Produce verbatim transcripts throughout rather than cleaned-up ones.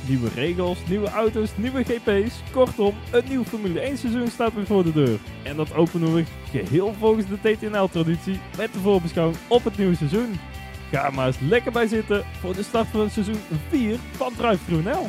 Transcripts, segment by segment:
Nieuwe regels, nieuwe auto's, nieuwe G P's. Kortom, een nieuw Formule één seizoen staat weer voor de deur. En dat openen we geheel volgens de T T N L-traditie met de voorbeschouwing op het nieuwe seizoen. Ga maar eens lekker bij zitten voor de start van seizoen vier van Drive-Thru N L.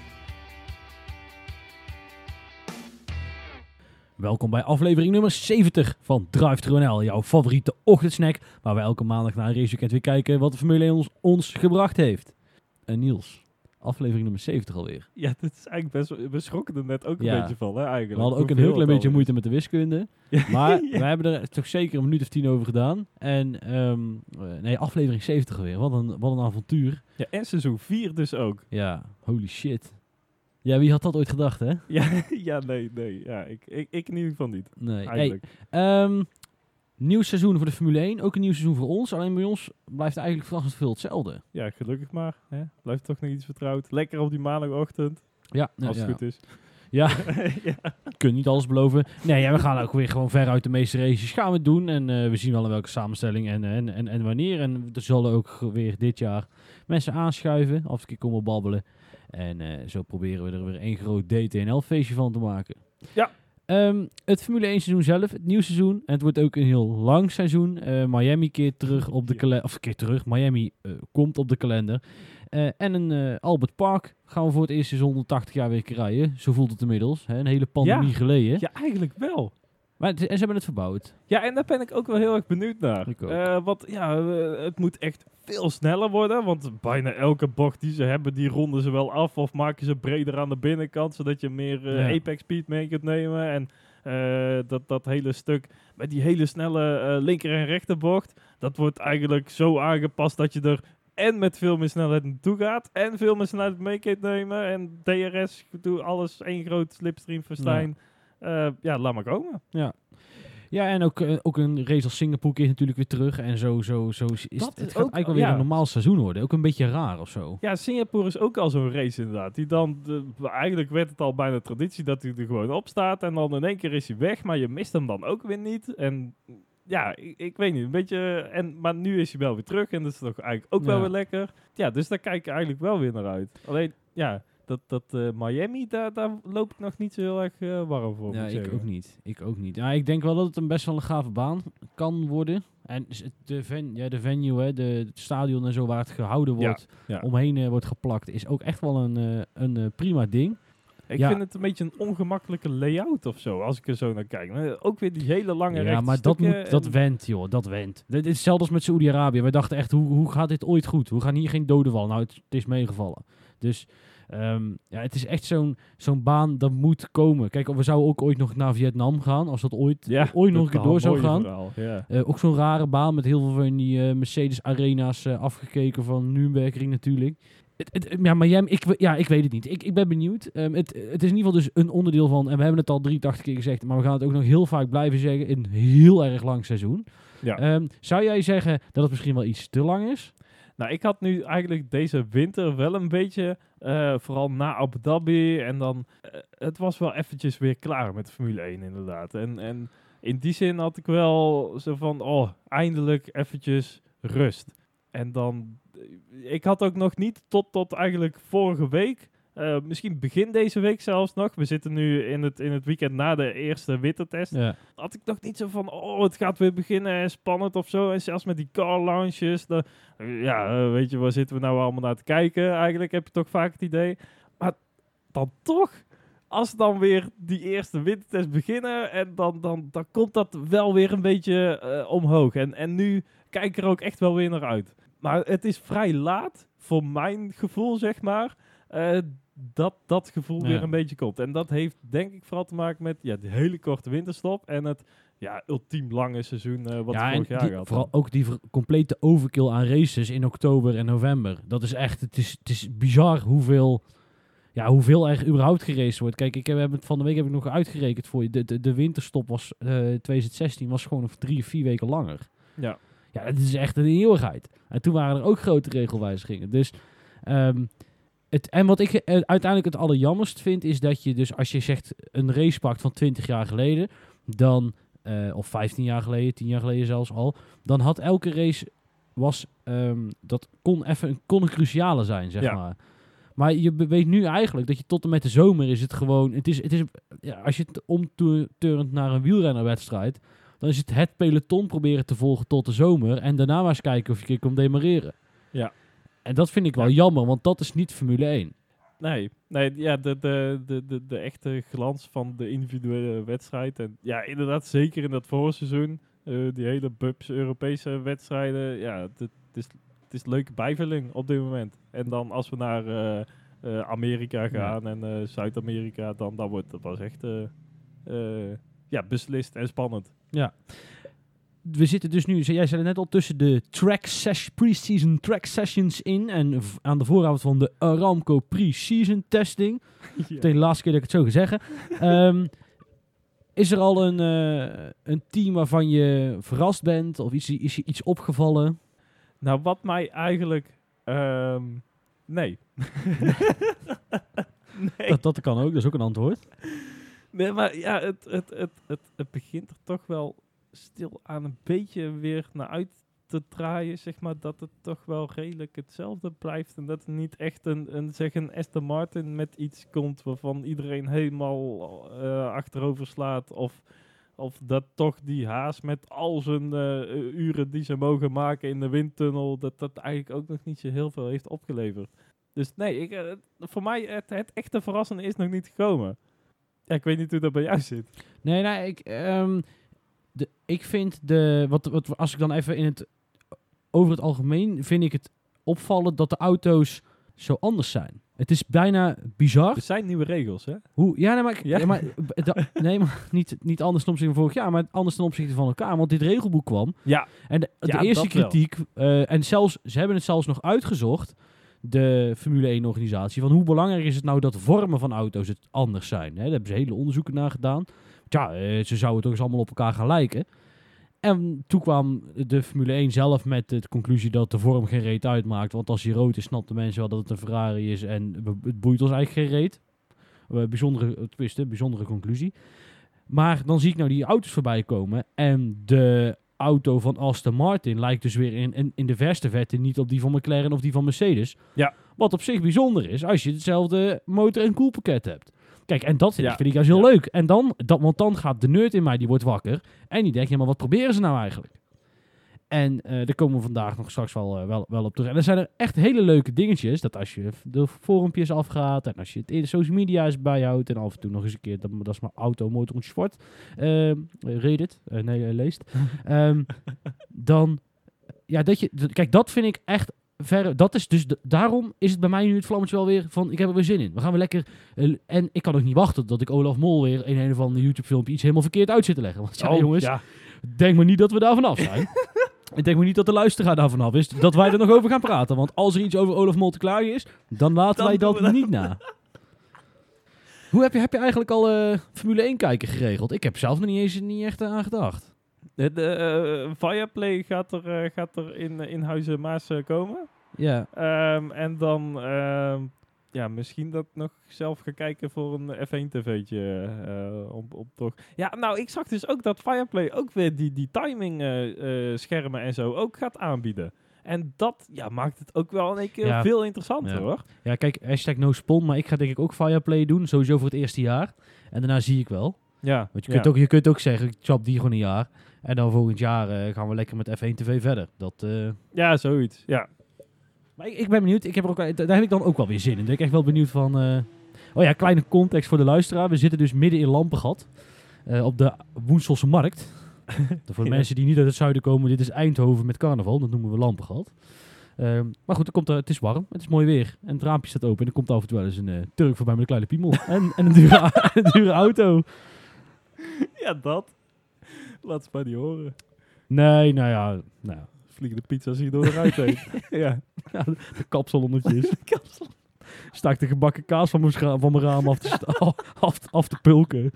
Welkom bij aflevering nummer zeventig van Drive-Thru N L, jouw favoriete ochtendsnack, waar we elke maandag naar een raceweekend weer kijken wat de Formule één ons, ons gebracht heeft. En Niels, aflevering nummer zeventig alweer. Ja, dit is eigenlijk best... We schrokken er net ook een Ja. beetje van, hè, eigenlijk. We hadden ook een Hoeveel heel klein het beetje al moeite is. met de wiskunde, Ja. maar Ja. we hebben er toch zeker een minuut of tien over gedaan. En, ehm, uh, nee, aflevering zeventig alweer, wat een, wat een avontuur. Ja, en seizoen vier dus ook. Ja, holy shit. Ja, wie had dat ooit gedacht, hè? Ja, ja nee, nee. Ja, ik, ik, ik in ieder geval niet, Nee. eigenlijk. Hey, um, nieuw seizoen voor de Formule één, ook een nieuw seizoen voor ons. Alleen bij ons blijft eigenlijk verrassend veel hetzelfde. Ja, gelukkig maar. Hè? Blijft toch nog iets vertrouwd. Lekker op die maandagochtend, Ja, ja, als het ja. goed is. Ja, Ja. ik kan niet alles beloven. Nee, ja, we gaan ook weer gewoon veruit de meeste races gaan we doen. En uh, we zien wel in welke samenstelling en, en, en, en wanneer. En er zullen ook weer dit jaar mensen aanschuiven. Af en toe komen we babbelen. En uh, zo proberen we er weer één groot D T N L-feestje van te maken. Ja. Um, het Formule één seizoen zelf, het nieuw seizoen. En het wordt ook een heel lang seizoen. Uh, Miami keert terug op de Ja. kalender. Of keert terug, Miami uh, komt op de kalender. Uh, en een uh, Albert Park gaan we voor het eerst sinds honderdtachtig jaar weer rijden. Zo voelt het inmiddels. Hè? Een hele pandemie Ja. geleden. Ja, eigenlijk wel. Maar het, en ze hebben het verbouwd. Ja, en daar ben ik ook wel heel erg benieuwd naar. Ik ook. Uh, want ja, uh, het moet echt veel sneller worden. Want bijna elke bocht die ze hebben, die ronden ze wel af. Of maken ze breder aan de binnenkant, zodat je meer uh, Ja. apex speed mee kunt nemen. En uh, dat, dat hele stuk met die hele snelle uh, linker- en rechterbocht, dat wordt eigenlijk zo aangepast dat je er en met veel meer snelheid naartoe gaat. En veel meer snelheid mee kunt nemen. En D R S, doe alles één groot slipstream verstijn. Ja. Uh, ja, laat maar komen. Ja. Ja, en ook, uh, ook een race als Singapore keert natuurlijk weer terug. En zo, zo, zo is Dat het, is het gaat ook- eigenlijk wel weer ja. een normaal seizoen worden. Ook een beetje raar of zo. Ja, Singapore is ook al zo'n race inderdaad. Die dan, de, eigenlijk werd het al bijna traditie dat hij er gewoon op staat. En dan in één keer is hij weg, maar je mist hem dan ook weer niet. En ja, ik, ik weet niet, een beetje... En, maar nu is hij wel weer terug en dat is toch eigenlijk ook Ja. wel weer lekker. Ja, dus daar kijk ik eigenlijk wel weer naar uit. Alleen, ja, dat, dat uh, Miami, daar, daar loop ik nog niet zo heel erg uh, warm voor. Ja, moet ik zeggen. ook niet. Ik ook niet. Ja, ik denk wel dat het een best wel een gave baan kan worden. En s- de, ven, ja, de venue, hè, de, het stadion en zo waar het gehouden Ja, wordt, ja. omheen uh, wordt geplakt, is ook echt wel een, uh, een uh, prima ding. Ik Ja. vind het een beetje een ongemakkelijke layout of zo, als ik er zo naar kijk. Nou, ook weer die hele lange Ja, rechte maar dat, stukken moet, dat en- went, joh. Dat went. Dit is hetzelfde als met Saoedi-Arabië. Wij dachten echt, hoe, hoe gaat dit ooit goed? Hoe gaan hier geen doden vallen? Nou, het, het is meegevallen. Dus um, ja, het is echt zo'n zo'n baan dat moet komen. Kijk, we zouden ook ooit nog naar Vietnam gaan, als dat ooit, Ja, ooit nog een dat keer door zou mooie gaan. verhaal, ja. Uh, ook zo'n rare baan met heel veel van die uh, Mercedes-arena's uh, afgekeken van Nürburgring natuurlijk. Het, het, ja, maar jij, ik, ja, ik weet het niet. Ik, ik ben benieuwd. Um, het, het is in ieder geval dus een onderdeel van, en we hebben het al drieëntachtig keer gezegd, maar we gaan het ook nog heel vaak blijven zeggen, een heel erg lang seizoen. Ja. Um, zou jij zeggen dat het misschien wel iets te lang is? Nou, ik had nu eigenlijk deze winter wel een beetje, uh, vooral na Abu Dhabi en dan, uh, het was wel eventjes weer klaar met Formule één inderdaad. En, en in die zin had ik wel zo van, oh, eindelijk eventjes rust. En dan, ik had ook nog niet tot, tot eigenlijk vorige week, uh, misschien begin deze week zelfs nog, we zitten nu in het, in het weekend na de eerste wintertest, Ja. had ik nog niet zo van, oh, het gaat weer beginnen en spannend of zo. En zelfs met die car launches, de, ja, uh, weet je, waar zitten we nou allemaal naar te kijken? Eigenlijk heb je toch vaak het idee. Maar dan toch, als dan weer die eerste wintertest beginnen, en dan, dan, dan komt dat wel weer een beetje uh, omhoog. En, en nu kijk ik er ook echt wel weer naar uit. Maar het is vrij laat, voor mijn gevoel, zeg maar, uh, dat dat gevoel Ja. weer een beetje komt. En dat heeft denk ik vooral te maken met ja, de hele korte winterstop en het ja, ultiem lange seizoen uh, wat ja, we vorig en jaar die, gehad vooral hebben. ook die ver- complete overkill aan races in oktober en november. Dat is echt, het is, het is bizar hoeveel, ja, hoeveel er überhaupt geraced wordt. Kijk, ik heb, heb het van de week heb ik nog uitgerekend voor je. De, de, de winterstop was, uh, twintig zestien was gewoon nog drie of vier weken langer. Ja. Ja, het is echt een eeuwigheid. En toen waren er ook grote regelwijzigingen. Dus, um, het, en wat ik uh, uiteindelijk het allerjammerst vind, is dat je dus als je zegt een race pakt van twintig jaar geleden, dan, uh, of vijftien jaar geleden, tien jaar geleden zelfs al, dan had elke race, was, um, dat kon even kon een cruciale zijn, zeg Ja. maar. Maar je be- weet nu eigenlijk dat je tot en met de zomer is het gewoon... Het is, het is, ja, als je het omturnt naar een wielrennerwedstrijd, dan is het het peloton proberen te volgen tot de zomer. En daarna maar eens kijken of je een keer komt demareren. Ja. En dat vind ik wel Ja. jammer, want dat is niet Formule één. Nee, nee ja, de, de, de, de, de echte glans van de individuele wedstrijd. En ja, inderdaad, zeker in dat voorseizoen. Uh, die hele Bubs Europese wedstrijden. Ja, het, het, is, het is leuke bijvulling op dit moment. En dan als we naar uh, uh, Amerika gaan ja. en uh, Zuid-Amerika, dan, dan wordt het pas echt uh, uh, ja, beslist en spannend. Ja. We zitten dus nu, jij zei het net al, tussen de track ses- pre-season track sessions in en v- aan de vooravond van de Aramco pre-season testing. Ja. Meteen de laatste keer dat ik het zo ga zeggen. um, is er al een, uh, een team waarvan je verrast bent of is, is je iets opgevallen? Nou, wat mij eigenlijk... Um, nee. nee. Dat, dat kan ook, dat is ook een antwoord. Nee, maar ja, het, het, het, het, het begint er toch wel stil aan een beetje weer naar uit te draaien, zeg maar, dat het toch wel redelijk hetzelfde blijft en dat er niet echt een, een, zeg een Aston Martin met iets komt waarvan iedereen helemaal uh, achterover slaat of, of dat toch die Haas met al zijn uh, uren die ze mogen maken in de windtunnel, dat dat eigenlijk ook nog niet zo heel veel heeft opgeleverd. Dus nee, ik, uh, voor mij het, het echte verrassende is nog niet gekomen. Ja, ik weet niet hoe dat bij jou zit. Nee, nou, ik... Um De, ik vind de, wat, wat, als ik dan even in het, over het algemeen, vind ik het opvallend dat de auto's zo anders zijn. Het is bijna bizar. Er zijn nieuwe regels, hè? Hoe, ja, nee, maar, Ja? ja, maar, da, nee, maar niet, niet anders ten opzichte van vorig jaar, maar anders ten opzichte van elkaar. Want dit regelboek kwam. Ja. En de, de Ja, eerste dat kritiek, uh, en zelfs, ze hebben het zelfs nog uitgezocht, de Formule één organisatie, van hoe belangrijk is het nou dat vormen van auto's het anders zijn. Hè? Daar hebben ze hele onderzoeken naar gedaan. Ja, uh, ze zouden toch eens allemaal op elkaar gaan lijken. En toen kwam de Formule één zelf met de conclusie dat de vorm geen reet uitmaakt. Want als hij rood is, snapten mensen wel dat het een Ferrari is. En het boeit ons eigenlijk geen reet. Uh, bijzondere, twist, bijzondere conclusie. Maar dan zie ik nou die auto's voorbij komen. En de auto van Aston Martin lijkt dus weer in, in, in de verste verte niet op die van McLaren of die van Mercedes. Ja. Wat op zich bijzonder is als je hetzelfde motor- en koelpakket hebt. Kijk, en dat vind, ja. ik, vind ik juist heel ja. leuk. En dan, dat, want dan gaat de nerd in mij, die wordt wakker. En die denkt, ja, maar wat proberen ze nou eigenlijk? En uh, daar komen we vandaag nog straks wel, uh, wel, wel op terug. En er zijn er echt hele leuke dingetjes. Dat als je de forumpjes afgaat. En als je het in de social media's bijhoudt. En af en toe nog eens een keer, dat, dat is maar auto, motor en sport. Uh, Reddit, uh, nee, uh, leest. um, dan, ja, dat je, d- kijk, dat vind ik echt... Verre, dat is dus de, daarom is het bij mij nu het vlammetje wel weer van, ik heb er weer zin in. We gaan weer lekker, uh, en ik kan ook niet wachten dat ik Olaf Mol weer in een of ander YouTube filmpje iets helemaal verkeerd uit zit te leggen. Want ja, oh, jongens, ja. denk maar niet dat we daar vanaf zijn. Ik denk maar niet dat de luisteraar daar vanaf is, dat wij er nog over gaan praten. Want als er iets over Olaf Mol te klagen is, dan laten dan wij dat, dat niet na. Hoe heb je, heb je eigenlijk al uh, Formule één kijken geregeld? Ik heb zelf nog niet eens niet echt aan gedacht. De, de uh, Viaplay gaat er, uh, gaat er in, in Huizen Maas uh, komen. Ja. Um, en dan um, ja, misschien dat ik nog zelf ga kijken voor een F één tv'tje. Uh, om, om toch... Ja, nou, ik zag dus ook dat Viaplay ook weer die, die timing uh, uh, schermen en zo ook gaat aanbieden. En dat ja, maakt het ook wel in één keer ja. veel interessanter, ja. hoor. Ja, kijk, hashtag no spon, maar ik ga denk ik ook Viaplay doen. Sowieso voor het eerste jaar. En daarna zie ik wel. Ja. Want je kunt, ja. ook, je kunt ook zeggen, ik chap die gewoon een jaar. En dan volgend jaar uh, gaan we lekker met F één tv verder. Dat, uh... Ja, zoiets, ja. Maar ik, ik ben benieuwd. Ik heb er ook, daar heb ik dan ook wel weer zin in. Dan ben ik echt wel benieuwd van... Uh... Oh ja, kleine context voor de luisteraar. We zitten dus midden in Lampengat. Uh, op de Woenselse Markt. Voor de ja. mensen die niet uit het zuiden komen. Dit is Eindhoven met carnaval. Dat noemen we Lampengat. Uh, maar goed, er komt er, het is warm. Het is mooi weer. En het raampje staat open. En er komt af en toe wel eens een uh, Turk voorbij met een kleine piemel. en, en een, dure, een dure auto. Ja, dat. Laat ze maar niet horen. Nee, nou ja... Nou ja. Vliegen de pizza's hier door de ruit heen. ja. ja, de, de kapsalonnetjes. de kapsel. Sta ik de gebakken kaas van mijn, scha- van mijn raam af te, sta- af, af te pulken.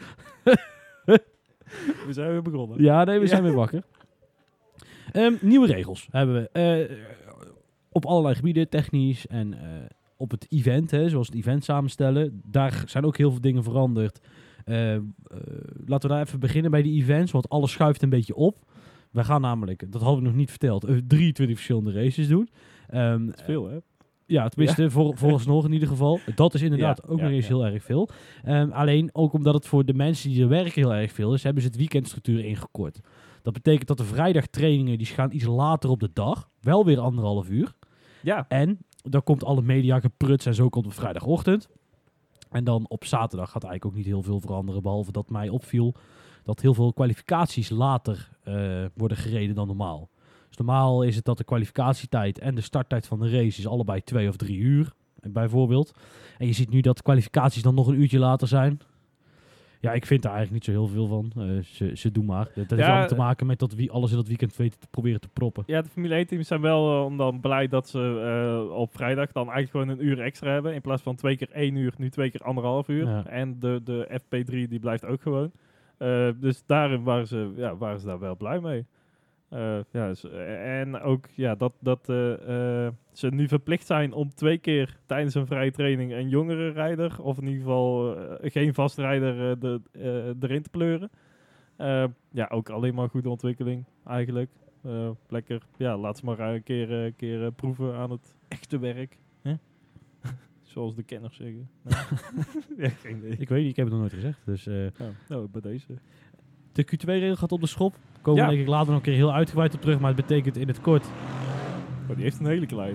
We zijn weer begonnen. Ja, nee, we ja. zijn weer wakker. Um, nieuwe regels hebben we. Uh, op allerlei gebieden, technisch en uh, op het event, hè, zoals het event samenstellen. Daar zijn ook heel veel dingen veranderd. Uh, uh, laten we daar even beginnen bij die events, want alles schuift een beetje op. We gaan namelijk, dat hadden we nog niet verteld, uh, drieëntwintig verschillende races doen. Um, dat is veel, hè? Ja, tenminste, ja. Voor, vooralsnog in ieder geval. Dat is inderdaad ja, ook ja, nog eens ja. heel erg veel. Um, alleen, ook omdat het voor de mensen die er werken heel erg veel is, hebben ze het weekendstructuur ingekort. Dat betekent dat de vrijdagtrainingen, die gaan iets later op de dag. Wel weer anderhalf uur. Ja. En dan komt alle media gepruts en zo komt op vrijdagochtend. En dan op zaterdag gaat eigenlijk ook niet heel veel veranderen. Behalve dat mij opviel dat heel veel kwalificaties later uh, worden gereden dan normaal. Dus normaal is het dat de kwalificatietijd en de starttijd van de race is allebei twee of drie uur, bijvoorbeeld. En je ziet nu dat kwalificaties dan nog een uurtje later zijn. Ja, ik vind daar eigenlijk niet zo heel veel van. Uh, ze, ze doen maar. Dat heeft ja, allemaal te maken met dat wie alles in dat weekend weten te proberen te proppen. Ja, de Formule één teams zijn wel uh, dan blij dat ze uh, op vrijdag dan eigenlijk gewoon een uur extra hebben. In plaats van twee keer één uur, nu twee keer anderhalf uur. Ja. En de, de F P drie die blijft ook gewoon. Uh, dus daarin waren ze, ja, waren ze daar wel blij mee. Uh, ja, dus, en ook ja, dat, dat uh, uh, ze nu verplicht zijn om twee keer tijdens een vrije training een jongere rijder, of in ieder geval uh, geen vastrijder, uh, de, uh, erin te pleuren. Uh, ja, ook alleen maar goede ontwikkeling eigenlijk. Uh, lekker, ja, laat ze maar een keer, uh, keer uh, proeven aan het echte werk. Huh? Zoals de kenners zeggen. Ja, geen idee. Ik weet niet, ik heb het nog nooit gezegd. Dus, uh, oh, nou, bij deze. De Q twee regel gaat op de schop. Komen ja. denk ik later nog een keer heel uitgebreid op terug, maar het betekent in het kort. Oh, die heeft een hele kleine.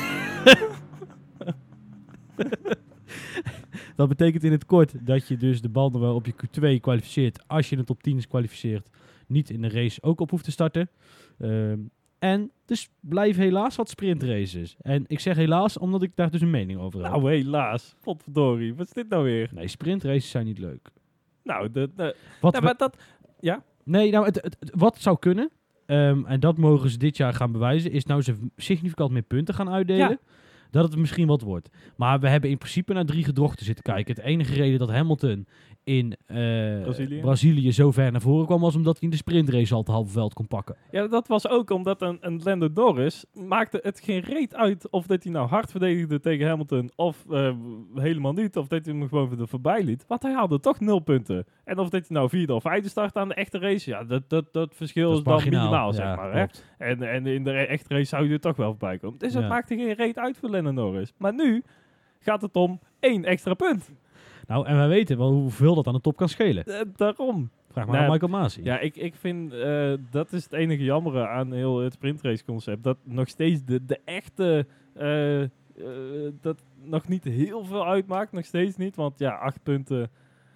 Dat betekent in het kort dat je dus de banden waarop je Q twee kwalificeert, als je het op tien kwalificeert, niet in de race ook op hoeft te starten. Um, en dus blijven helaas wat sprintraces. En ik zeg helaas, omdat ik daar dus een mening over heb. Nou, helaas. Potverdorie. Wat is dit nou weer? Nee, sprintraces zijn niet leuk. Nou, de, de, wat nou, maar dat... Ja? Nee, nou, het, het, het, wat zou kunnen, um, en dat mogen ze dit jaar gaan bewijzen, is nou ze significant meer punten gaan uitdelen. Ja. Dat het misschien wat wordt. Maar we hebben in principe naar drie gedrochten zitten kijken. Het enige reden dat Hamilton in uh, Brazilië. Brazilië zo ver naar voren kwam, was omdat hij in de sprintrace al het halve veld kon pakken. Ja, dat was ook omdat een, een Lando Norris maakte het geen reet uit of dat hij nou hard verdedigde tegen Hamilton of uh, helemaal niet. Of dat hij hem gewoon er voorbij liet. Want hij haalde toch nul punten. En of dat hij nou vierde of vijfde start aan de echte race, ja, dat, dat, dat verschil dat is, is dan minimaal, zeg ja, maar. Hè? En, en in de re- echte race zou je er toch wel voorbij komen. Dus ja. Het maakte geen reet uit voor Lando Norris. Maar nu gaat het om één extra punt. Nou, en wij weten wel hoeveel dat aan de top kan schelen. Uh, daarom. Vraag maar nou, aan Michael Masi. Ja, ik, ik vind, uh, dat is het enige jammere aan heel het sprintrace concept. Dat nog steeds de, de echte, uh, uh, dat nog niet heel veel uitmaakt. Nog steeds niet, want ja, acht punten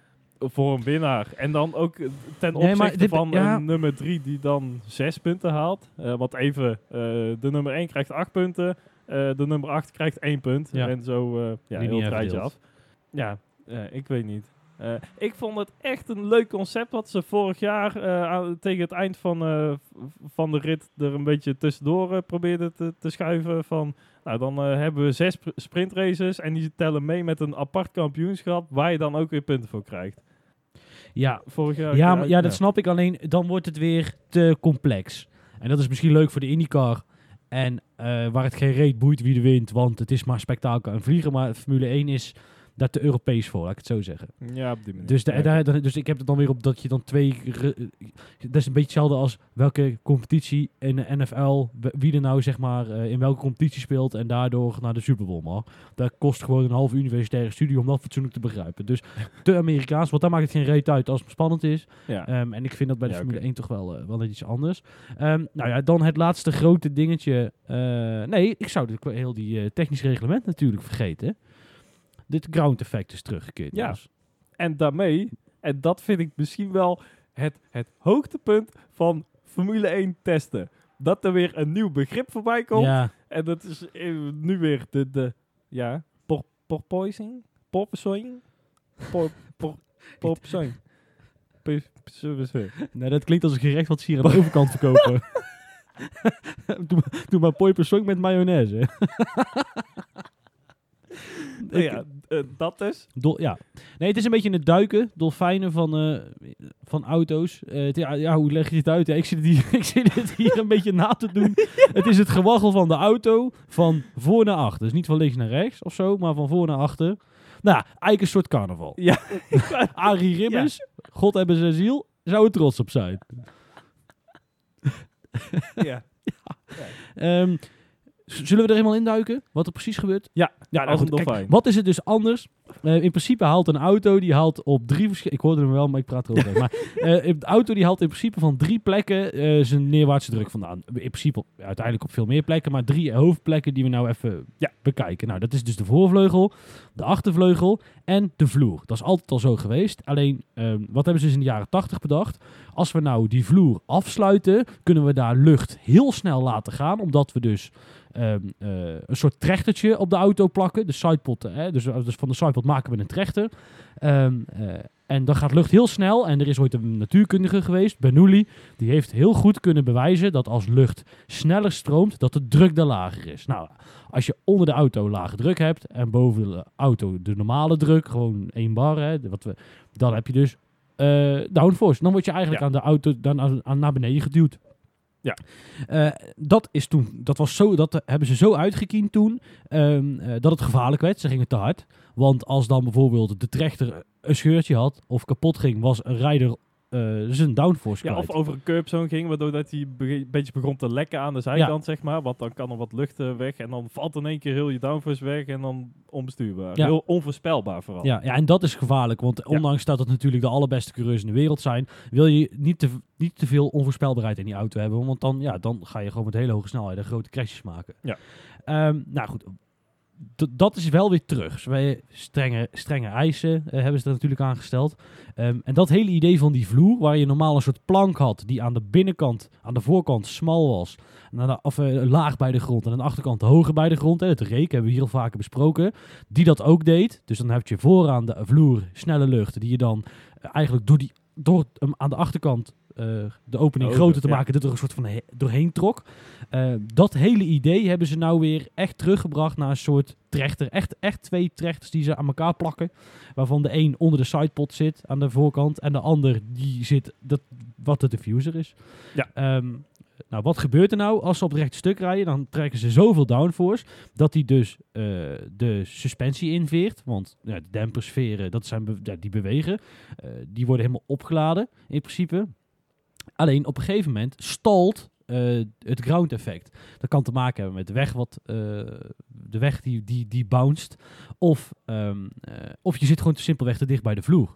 voor een winnaar. En dan ook ten opzichte nee, dit, van ja. een nummer drie die dan zes punten haalt. Uh, want even, uh, de nummer één krijgt acht punten. Uh, de nummer acht krijgt één punt. Ja. En zo uh, ja, heel het rijtje af. Ja, uh, ik weet niet. Uh, ik vond het echt een leuk concept wat ze vorig jaar uh, aan, tegen het eind van, uh, van de rit er een beetje tussendoor uh, probeerden te, te schuiven. Van, nou, dan uh, hebben we zes sp- sprintraces en die tellen mee met een apart kampioenschap waar je dan ook weer punten voor krijgt. Ja, vorig jaar. Ja, maar, ja, dat snap ik. Alleen dan wordt het weer te complex. En dat is misschien leuk voor de IndyCar. En uh, waar het geen reet boeit wie er wint, want het is maar spektakel en vliegen. Maar Formule één is daar te Europees voor, laat ik het zo zeggen. Ja, op die manier. Dus, de, ja, daar, daar, dus ik heb het dan weer op dat je dan twee... Re, dat is een beetje hetzelfde als welke competitie in de N F L, wie er nou zeg maar uh, in welke competitie speelt en daardoor naar de Super Bowl mag. Dat kost gewoon een half universitaire studie om dat fatsoenlijk te begrijpen. Dus te Amerikaans, want daar maakt het geen reet uit als het spannend is. Ja. Um, en ik vind dat bij de ja, Formule okay. één toch wel, uh, wel net iets anders. Um, nou ja, dan het laatste grote dingetje. Uh, nee, ik zou dit, heel die uh, technisch reglement natuurlijk vergeten. Dit ground effect is teruggekeerd. Ja, dus. En daarmee, en dat vind ik misschien wel het, het hoogtepunt van Formule één testen. Dat er weer een nieuw begrip voorbij komt. Ja. En dat is uh, nu weer de, de ja, por, porpoising? Porpoising? Por, por, porpoising. Nee, dat klinkt als een gerecht wat ze hier aan de overkant verkopen. doe, doe maar porpoising met mayonaise. Nou ja, uh, dat dus. Dol, ja. Nee, het is een beetje het duiken, dolfijnen van, uh, van auto's. Uh, het, ja, ja, hoe leg je dit uit? Ja, ik, zit het hier, ik zit het hier een beetje na te doen. Het is het gewaggel van de auto van voor naar achter. Dus niet van links naar rechts of zo, maar van voor naar achter. Nou, eigenlijk een soort carnaval. Ja. Arie Ribbers, ja. God hebben zijn ziel, zou er trots op zijn. Ja. ja. ja. Um, Z- Zullen we er helemaal induiken? Wat er precies gebeurt? Ja, Ja, nou als goed, een kijk, dolfijn. wat is het dus anders? Uh, in principe haalt een auto, die haalt op drie verschillende... Ik hoorde hem wel, maar ik praat erover. maar uh, de auto die haalt in principe van drie plekken uh, zijn neerwaartse druk vandaan. In principe op, ja, uiteindelijk op veel meer plekken, maar drie hoofdplekken die we nou even ja, bekijken. Nou, dat is dus de voorvleugel, de achtervleugel en de vloer. Dat is altijd al zo geweest. Alleen, uh, wat hebben ze dus in de jaren tachtig bedacht? Als we nou die vloer afsluiten, kunnen we daar lucht heel snel laten gaan, omdat we dus... Um, uh, een soort trechtertje op de auto plakken. De sidepod, hè? Dus, dus van de sidepod maken we een trechter. Um, uh, en dan gaat lucht heel snel. En er is ooit een natuurkundige geweest, Bernoulli. Die heeft heel goed kunnen bewijzen dat als lucht sneller stroomt, dat de druk daar lager is. Nou, als je onder de auto lage druk hebt en boven de auto de normale druk, gewoon één bar, hè, wat we, dan heb je dus uh, downforce. Dan word je eigenlijk ja. aan de auto dan aan, aan naar beneden geduwd. Ja, uh, dat is toen, dat was zo, dat hebben ze zo uitgekiend toen, um, uh, dat het gevaarlijk werd. Ze gingen te hard. Want als dan bijvoorbeeld de trechter een scheurtje had of kapot ging, was een rijder uh, zijn downforce kwijt. Ja, of over een curbzone ging, waardoor dat hij be- een beetje begon te lekken aan de zijkant, ja. zeg maar. Want dan kan er wat lucht uh, weg en dan valt in één keer heel je downforce weg en dan onbestuurbaar. Ja. Heel onvoorspelbaar vooral. Ja, ja, en dat is gevaarlijk, want ja. ondanks dat het natuurlijk de allerbeste coureurs in de wereld zijn, wil je niet te, niet te veel onvoorspelbaarheid in die auto hebben, want dan, ja, dan ga je gewoon met hele hoge snelheden grote crashes maken. Ja. Um, nou goed, D- dat is wel weer terug. Dus wij strenge, strenge eisen uh, hebben ze er natuurlijk aangesteld. Um, en dat hele idee van die vloer, waar je normaal een soort plank had die aan de binnenkant, aan de voorkant smal was, en aan de, of uh, laag bij de grond en aan de achterkant hoger bij de grond. Hè, het reek hebben we hier al vaker besproken. Die dat ook deed. Dus dan heb je vooraan de vloer snelle lucht die je dan uh, eigenlijk door, die, door um, aan de achterkant Uh, de opening oh, groter te ja. maken, dat er een soort van he- doorheen trok. Uh, dat hele idee hebben ze nou weer echt teruggebracht naar een soort trechter. Echt, echt twee trechters die ze aan elkaar plakken. Waarvan de een onder de sidepod zit aan de voorkant en de ander die zit dat, wat de diffuser is. Ja. Um, nou, wat gebeurt er nou als ze op het rechte stuk rijden? Dan trekken ze zoveel downforce dat die dus uh, de suspensie inveert. Want ja, de dampersferen, dat zijn be- ja, die bewegen. Uh, die worden helemaal opgeladen in principe. Alleen op een gegeven moment stalt uh, het ground effect. Dat kan te maken hebben met de weg, wat, uh, de weg die, die, die bounced. Of, um, uh, of je zit gewoon te simpelweg te dicht bij de vloer.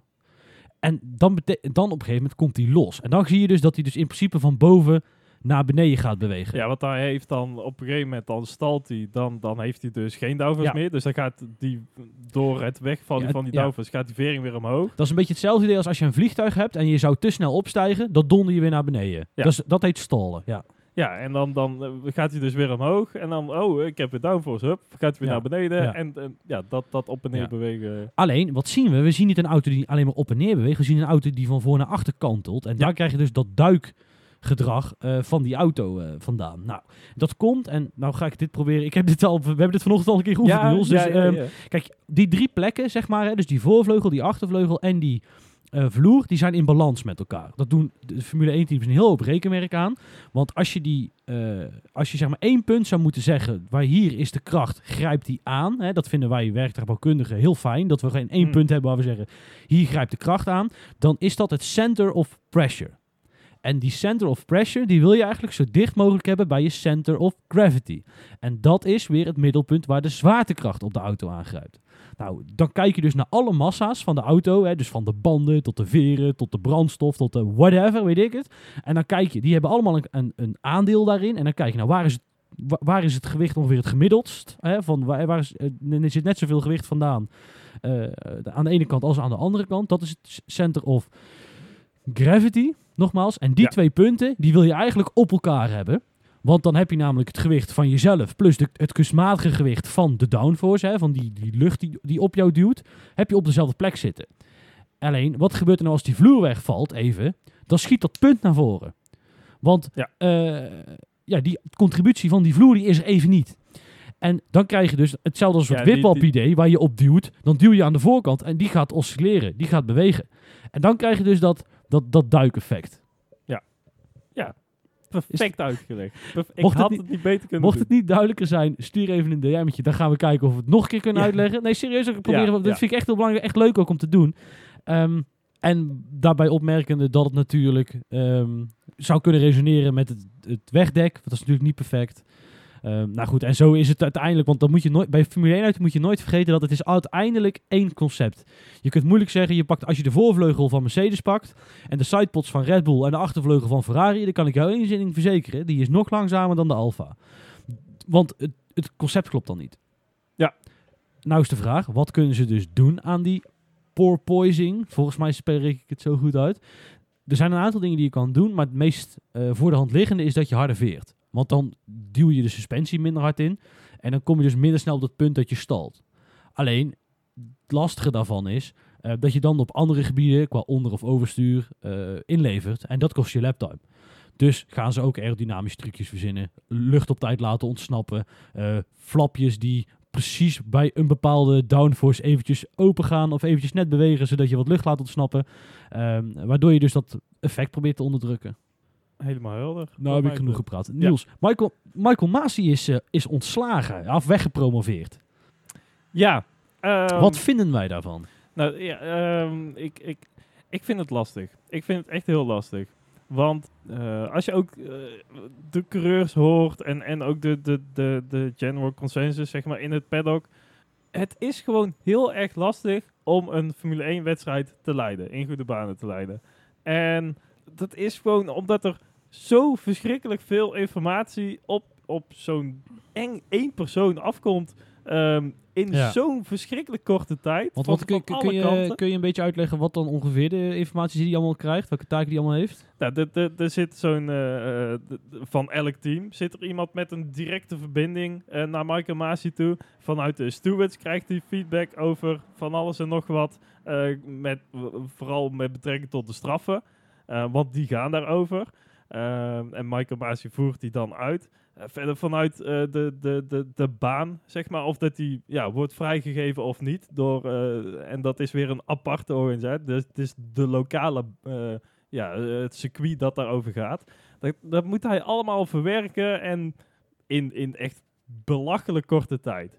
En dan, bete- dan op een gegeven moment komt hij los. En dan zie je dus dat hij dus in principe van boven naar beneden gaat bewegen. Ja, want hij heeft dan op een gegeven moment, dan stalt hij, dan, dan heeft hij dus geen downforce ja. meer. Dus dan gaat die door het wegvallen ja, van die ja. downforce, gaat die vering weer omhoog. Dat is een beetje hetzelfde idee als als je een vliegtuig hebt en je zou te snel opstijgen, dan donder je weer naar beneden. Ja. Dat, is, dat heet stallen, ja. Ja, en dan, dan uh, gaat hij dus weer omhoog. En dan, oh, ik heb weer downforce, hup, gaat hij weer ja. naar beneden. Ja. En, en ja, dat, dat op en neer ja. bewegen. Alleen, wat zien we? We zien niet een auto die alleen maar op en neer beweegt. We zien een auto die van voor naar achter kantelt. En ja. daar krijg je dus dat duikgedrag uh, van die auto uh, vandaan. Nou, dat komt, en nou ga ik dit proberen. Ik heb dit al, we hebben dit vanochtend al een keer geoefend, ja, Niels. Dus, ja, ja, ja. Um, kijk, die drie plekken, zeg maar, hè, dus die voorvleugel, die achtervleugel en die Uh, vloer, die zijn in balans met elkaar. Dat doen de Formule één teams een heel hoop rekenwerk aan. Want als je die, uh, als je zeg maar één punt zou moeten zeggen, waar hier is de kracht, grijpt die aan. Hè, dat vinden wij werktuigbouwkundigen heel fijn, dat we geen één mm. punt hebben waar we zeggen, hier grijpt de kracht aan. Dan is dat het center of pressure. En die center of pressure, die wil je eigenlijk zo dicht mogelijk hebben bij je center of gravity. En dat is weer het middelpunt waar de zwaartekracht op de auto aangrijpt. Nou, dan kijk je dus naar alle massa's van de auto. Hè, dus van de banden tot de veren, tot de brandstof, tot de whatever, weet ik het. En dan kijk je, die hebben allemaal een, een, een aandeel daarin. En dan kijk je, nou, waar is het, waar is het gewicht ongeveer het gemiddeldst? Hè, van waar, waar is, er zit net zoveel gewicht vandaan uh, aan de ene kant als aan de andere kant. Dat is het center of gravity, nogmaals. En die ja. twee punten, die wil je eigenlijk op elkaar hebben. Want dan heb je namelijk het gewicht van jezelf plus de, het kunstmatige gewicht van de downforce, hè, van die, die lucht die, die op jou duwt, heb je op dezelfde plek zitten. Alleen, wat gebeurt er nou als die vloer wegvalt even? Dan schiet dat punt naar voren. Want ja. Uh, ja, die contributie van die vloer die is er even niet. En dan krijg je dus hetzelfde als het ja, wipwap-idee waar je op duwt. Dan duw je aan de voorkant en die gaat oscilleren, die gaat bewegen. En dan krijg je dus dat, dat, dat duikeffect. Ja, ja. Perfect uitgelegd. Perf- ik mocht had het, het niet beter kunnen Mocht doen. het niet duidelijker zijn, stuur even een D M'tje. Dan gaan we kijken of we het nog een keer kunnen ja. uitleggen. Nee, serieus, ik proberen. Ja, dit ja. vind ik echt heel belangrijk. Echt leuk ook om te doen. Um, en daarbij opmerkende dat het natuurlijk um, zou kunnen resoneren met het, het wegdek. Dat is natuurlijk niet perfect. Um, nou goed, en zo is het uiteindelijk, want dan moet je nooit, bij Formule één uit moet je nooit vergeten dat het is uiteindelijk één concept. Je kunt moeilijk zeggen, je pakt, als je de voorvleugel van Mercedes pakt en de sidepods van Red Bull en de achtervleugel van Ferrari, dan kan ik jou één zin verzekeren, die is nog langzamer dan de Alfa. Want het, het concept klopt dan niet. Ja. Nou is de vraag, wat kunnen ze dus doen aan die porpoising? Volgens mij spreek ik het zo goed uit. Er zijn een aantal dingen die je kan doen, maar het meest uh, voor de hand liggende is dat je harder veert. Want dan duw je de suspensie minder hard in en dan kom je dus minder snel op dat punt dat je stalt. Alleen, het lastige daarvan is uh, dat je dan op andere gebieden, qua onder- of overstuur, uh, inlevert. En dat kost je laptime. Dus gaan ze ook aerodynamische trucjes verzinnen. Lucht op tijd laten ontsnappen. Uh, flapjes die precies bij een bepaalde downforce eventjes open gaan of eventjes net bewegen, zodat je wat lucht laat ontsnappen. Um, waardoor je dus dat effect probeert te onderdrukken. Helemaal helder. Nou heb ik genoeg gepraat. Niels, ja. Michael, Michael Masi is, uh, is ontslagen, af weggepromoveerd. Ja. Um, Wat vinden wij daarvan? Nou ja, um, ik, ik, ik vind het lastig. Ik vind het echt heel lastig. Want uh, als je ook uh, de coureurs hoort en, en ook de, de, de, de general consensus zeg maar, in het paddock. Het is gewoon heel erg lastig om een Formule één wedstrijd te leiden. In goede banen te leiden. En dat is gewoon omdat er zo verschrikkelijk veel informatie op, op zo'n eng één persoon afkomt. Um, in ja. zo'n verschrikkelijk korte tijd. Want wat, kun, kun, kun, je, kun je een beetje uitleggen wat dan ongeveer de informatie die hij allemaal krijgt? Welke taken die allemaal heeft? Nou, er zit zo'n... Uh, van elk team zit er iemand met een directe verbinding uh, naar Michael Masi toe. Vanuit de stewards krijgt hij feedback over van alles en nog wat. Uh, met, vooral met betrekking tot de straffen. Uh, want die gaan daarover. Uh, en Michael Masi voert die dan uit. Uh, verder vanuit uh, de, de, de, de baan, zeg maar, of dat die ja, wordt vrijgegeven of niet. Door, uh, en dat is weer een aparte organisatie. Dus het is de lokale, uh, ja, het circuit dat daarover gaat. Dat, dat moet hij allemaal verwerken en in, in echt belachelijk korte tijd.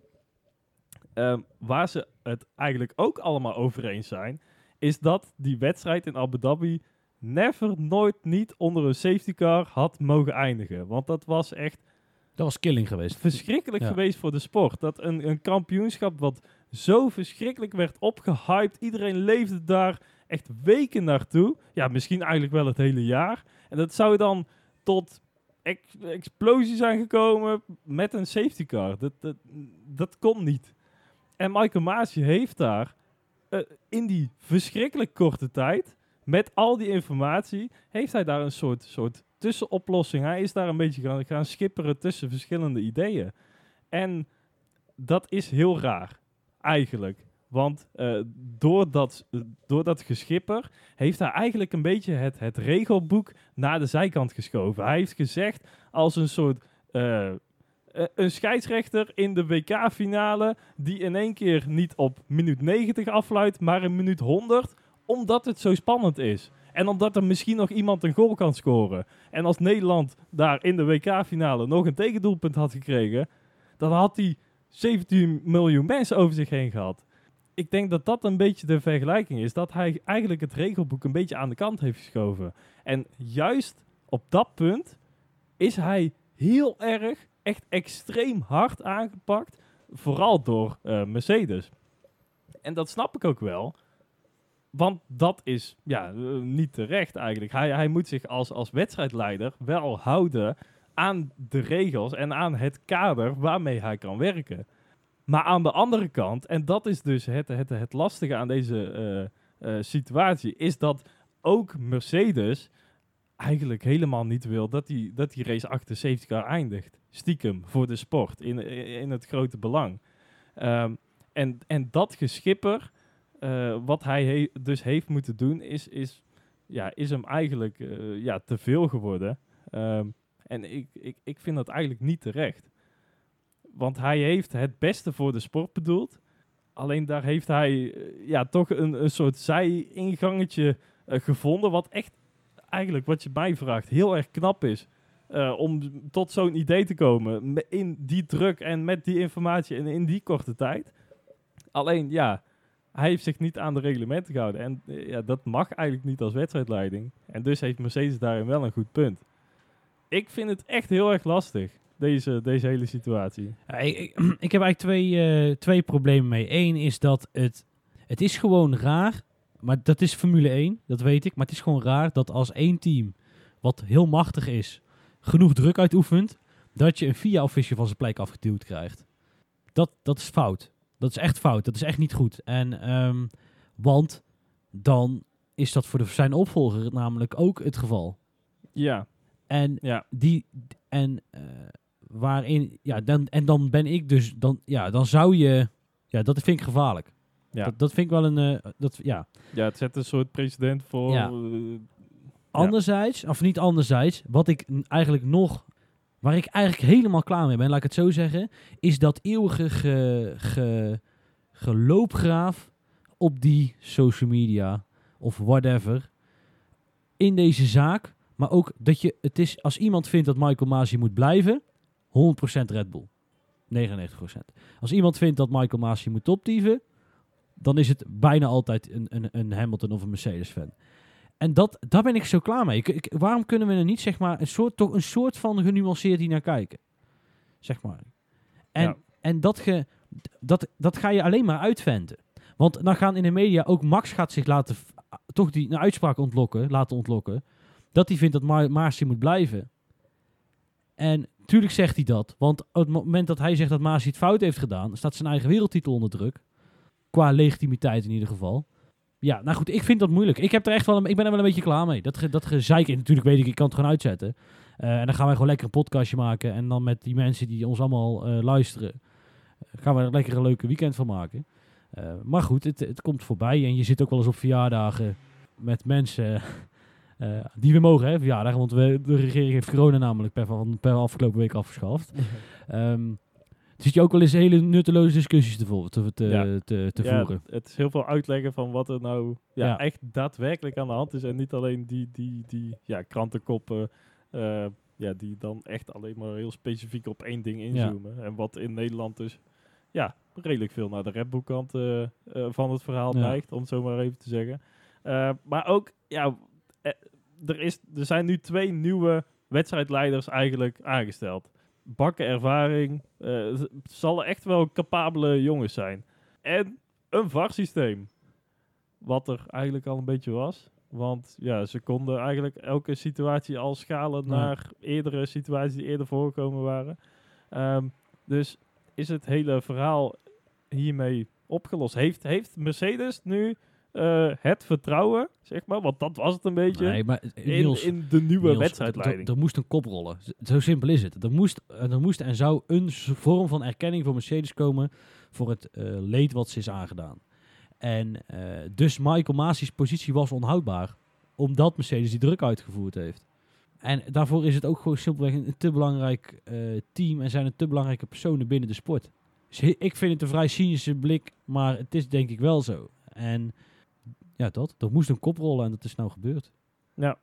Uh, waar ze het eigenlijk ook allemaal over eens zijn, is dat die wedstrijd in Abu Dhabi never, nooit, niet onder een safety car had mogen eindigen. Want dat was echt... Dat was killing geweest. Verschrikkelijk ja. geweest voor de sport. Dat een, een kampioenschap wat zo verschrikkelijk werd opgehyped. Iedereen leefde daar echt weken naartoe. Ja, misschien eigenlijk wel het hele jaar. En dat zou dan tot ex- explosie zijn gekomen met een safety car. Dat, dat, dat kon niet. En Michael Masi heeft daar uh, in die verschrikkelijk korte tijd, met al die informatie, heeft hij daar een soort, soort tussenoplossing. Hij is daar een beetje gaan, gaan schipperen tussen verschillende ideeën. En dat is heel raar, eigenlijk. Want uh, door, dat, uh, door dat geschipper heeft hij eigenlijk een beetje het, het regelboek naar de zijkant geschoven. Hij heeft gezegd als een soort... Uh, een scheidsrechter in de W K-finale die in één keer niet op minuut negentig afluidt, maar in minuut honderd, omdat het zo spannend is. En omdat er misschien nog iemand een goal kan scoren. En als Nederland daar in de W K-finale nog een tegendoelpunt had gekregen, dan had hij zeventien miljoen mensen over zich heen gehad. Ik denk dat dat een beetje de vergelijking is. Dat hij eigenlijk het regelboek een beetje aan de kant heeft geschoven. En juist op dat punt is hij heel erg, echt extreem hard aangepakt. Vooral door uh, Mercedes. En dat snap ik ook wel. Want dat is ja, uh, niet terecht eigenlijk. Hij, hij moet zich als, als wedstrijdleider wel houden aan de regels en aan het kader waarmee hij kan werken. Maar aan de andere kant, en dat is dus het, het, het lastige aan deze uh, uh, situatie, is dat ook Mercedes eigenlijk helemaal niet wil dat die, dat die race achter safety car eindigt. Stiekem, voor de sport, in, in het grote belang. Um, en, en dat geschipper, uh, wat hij he- dus heeft moeten doen, is, is, ja, is hem eigenlijk uh, ja, te veel geworden. Um, en ik, ik, ik vind dat eigenlijk niet terecht. Want hij heeft het beste voor de sport bedoeld. Alleen daar heeft hij uh, ja, toch een, een soort zij-ingangetje uh, gevonden, wat echt eigenlijk, wat je mij vraagt, heel erg knap is. Uh, om tot zo'n idee te komen. Me- in die druk en met die informatie en in die korte tijd. Alleen, ja, hij heeft zich niet aan de reglementen gehouden. En uh, ja, dat mag eigenlijk niet als wedstrijdleiding. En dus heeft Mercedes daarin wel een goed punt. Ik vind het echt heel erg lastig. deze, deze hele situatie? Ja, ik, ik, ik heb eigenlijk twee, uh, twee problemen mee. Eén is dat het, het is gewoon raar, maar dat is Formule één, dat weet ik. Maar het is gewoon raar dat als één team, wat heel machtig is, genoeg druk uitoefent, dat je een V I A-official van zijn plek afgeduwd krijgt. Dat, dat is fout. Dat is echt fout. Dat is echt niet goed. En, um, want dan is dat voor de, zijn opvolger namelijk ook het geval. Ja. En ja. die en uh, waarin ja dan en dan ben ik dus dan ja dan zou je ja dat vind ik gevaarlijk. Ja. Dat, dat vind ik wel een uh, dat ja. Ja, het zet een soort precedent voor. Ja. Uh, anderzijds ja. of niet anderzijds, wat ik eigenlijk nog waar ik eigenlijk helemaal klaar mee ben, laat ik het zo zeggen, is dat eeuwige ge, ge, geloopgraaf op die social media of whatever in deze zaak. Maar ook dat je, het is, als iemand vindt dat Michael Masi moet blijven, honderd procent Red Bull. negenennegentig procent. Als iemand vindt dat Michael Masi moet optieven, dan is het bijna altijd een, een, een Hamilton of een Mercedes fan. En dat, daar ben ik zo klaar mee. Ik, ik, waarom kunnen we er niet, zeg maar, een soort, toch een soort van genuanceerd hier naar kijken? Zeg maar. En, ja. en dat, ge, dat, dat ga je alleen maar uitventen. Want dan gaan in de media ook Max gaat zich laten, toch die een uitspraak ontlokken, laten ontlokken, dat hij vindt dat Ma- Masi moet blijven. En tuurlijk zegt hij dat. Want op het moment dat hij zegt dat Masi het fout heeft gedaan, staat zijn eigen wereldtitel onder druk. Qua legitimiteit in ieder geval. Ja, nou goed, ik vind dat moeilijk. Ik, heb er echt wel een, ik ben er wel een beetje klaar mee. Dat, ge, dat gezeik, en natuurlijk weet ik, ik kan het gewoon uitzetten. Uh, en dan gaan wij gewoon lekker een podcastje maken. En dan met die mensen die ons allemaal uh, luisteren, uh, gaan we er lekker een leuke weekend van maken. Uh, maar goed, het, het komt voorbij. En je zit ook wel eens op verjaardagen met mensen uh, die we mogen, hè, verjaardagen. Want we, de regering heeft corona namelijk per, van, per afgelopen week afgeschaft. um, zit je ook wel eens hele nutteloze discussies te, vo- te, te, ja. te, te ja, voeren. Het is heel veel uitleggen van wat er nou ja, ja. echt daadwerkelijk aan de hand is. En niet alleen die, die, die ja, krantenkoppen uh, ja, die dan echt alleen maar heel specifiek op één ding inzoomen. Ja. En wat in Nederland dus ja, redelijk veel naar de Red Bull kant uh, uh, van het verhaal ja. neigt, om het zo maar even te zeggen. Uh, maar ook, ja, uh, er, is, er zijn nu twee nieuwe wedstrijdleiders eigenlijk aangesteld. Bakken ervaring, uh, het zal echt wel capabele jongens zijn. En een V A R-systeem. Wat er eigenlijk al een beetje was. Want ja, ze konden eigenlijk elke situatie al schalen ja. naar eerdere situaties die eerder voorgekomen waren. Um, dus is het hele verhaal hiermee opgelost? Heeft, heeft Mercedes nu uh, het vertrouwen, zeg maar? Want dat was het een beetje nee, maar, Niels, in, in de nieuwe Niels, wedstrijdleiding. Er moest een kop rollen. Zo simpel is het. Er moest, er moest en zou een vorm van erkenning voor Mercedes komen voor het uh, leed wat ze is aangedaan. En uh, dus Michael Masi's positie was onhoudbaar, omdat Mercedes die druk uitgevoerd heeft. En daarvoor is het ook gewoon simpelweg een te belangrijk uh, team en zijn het te belangrijke personen binnen de sport. Dus ik vind het een vrij cynische blik, maar het is denk ik wel zo. En ja, dat. Er moest een kop rollen en dat is nou gebeurd. Ja.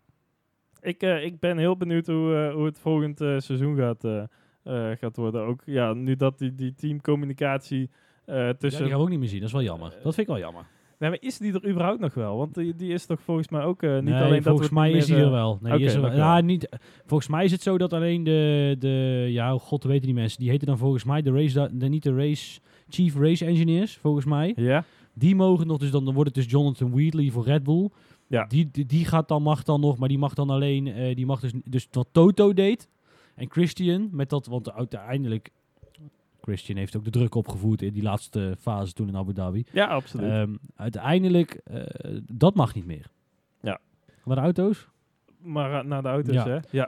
Ik, uh, ik ben heel benieuwd hoe, uh, hoe het volgend uh, seizoen gaat, uh, uh, gaat worden. Ook ja, nu dat die, die teamcommunicatie uh, tussen... Ja, die gaan we ook niet meer zien. Dat is wel jammer. Uh, dat vind ik wel jammer. Nee, maar is die er überhaupt nog wel? Want die, die is toch volgens mij ook uh, niet nee, alleen... volgens dat mij meer, is die er wel. Nee, okay, is er wel. Ja, niet, volgens mij is het zo dat alleen de... de ja, god, weten die mensen. Die heten dan volgens mij de race... De, niet de race... Chief Race Engineers, volgens mij. Ja. Die mogen nog, dus dan, dan wordt het dus Jonathan Wheatley voor Red Bull. Ja. Die, die, die gaat dan, mag dan nog, maar die mag dan alleen... Uh, die mag dus, dus wat Toto deed. En Christian, met dat... Want uiteindelijk... Christian heeft ook de druk opgevoerd in die laatste fase toen in Abu Dhabi. Ja, absoluut. Um, uiteindelijk, uh, dat mag niet meer. Ja. Naar de auto's? Maar uh, naar de auto's, ja. hè? Ja.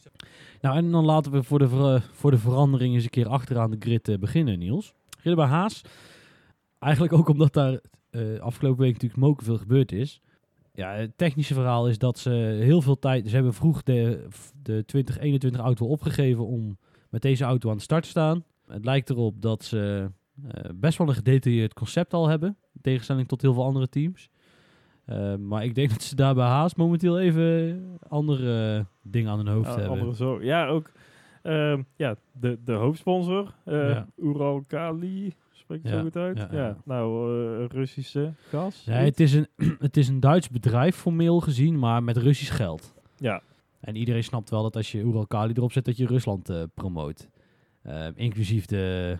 Nou, en dan laten we voor de, ver, voor de verandering eens een keer achteraan de grid uh, beginnen, Niels. Beginnen bij Haas. Eigenlijk ook omdat daar uh, afgelopen week natuurlijk moken veel gebeurd is. Ja, het technische verhaal is dat ze heel veel tijd... Ze hebben vroeg de, de twintig eenentwintig auto opgegeven om met deze auto aan de start te staan. Het lijkt erop dat ze uh, best wel een gedetailleerd concept al hebben. In tegenstelling tot heel veel andere teams. Uh, maar ik denk dat ze daar bij Haas momenteel even andere uh, dingen aan hun hoofd uh, hebben. Zo. Ja, ook uh, ja, de, de hoofdsponsor. Uh, ja. Uralkali, spreekt het ja. zo goed uit? Ja, ja. ja. Nou, uh, Russische gas. Ja, het, is een, het is een Duits bedrijf formeel gezien, maar met Russisch geld. Ja. En iedereen snapt wel dat als je Uralkali erop zet, dat je Rusland uh, promoot. Uh, inclusief de,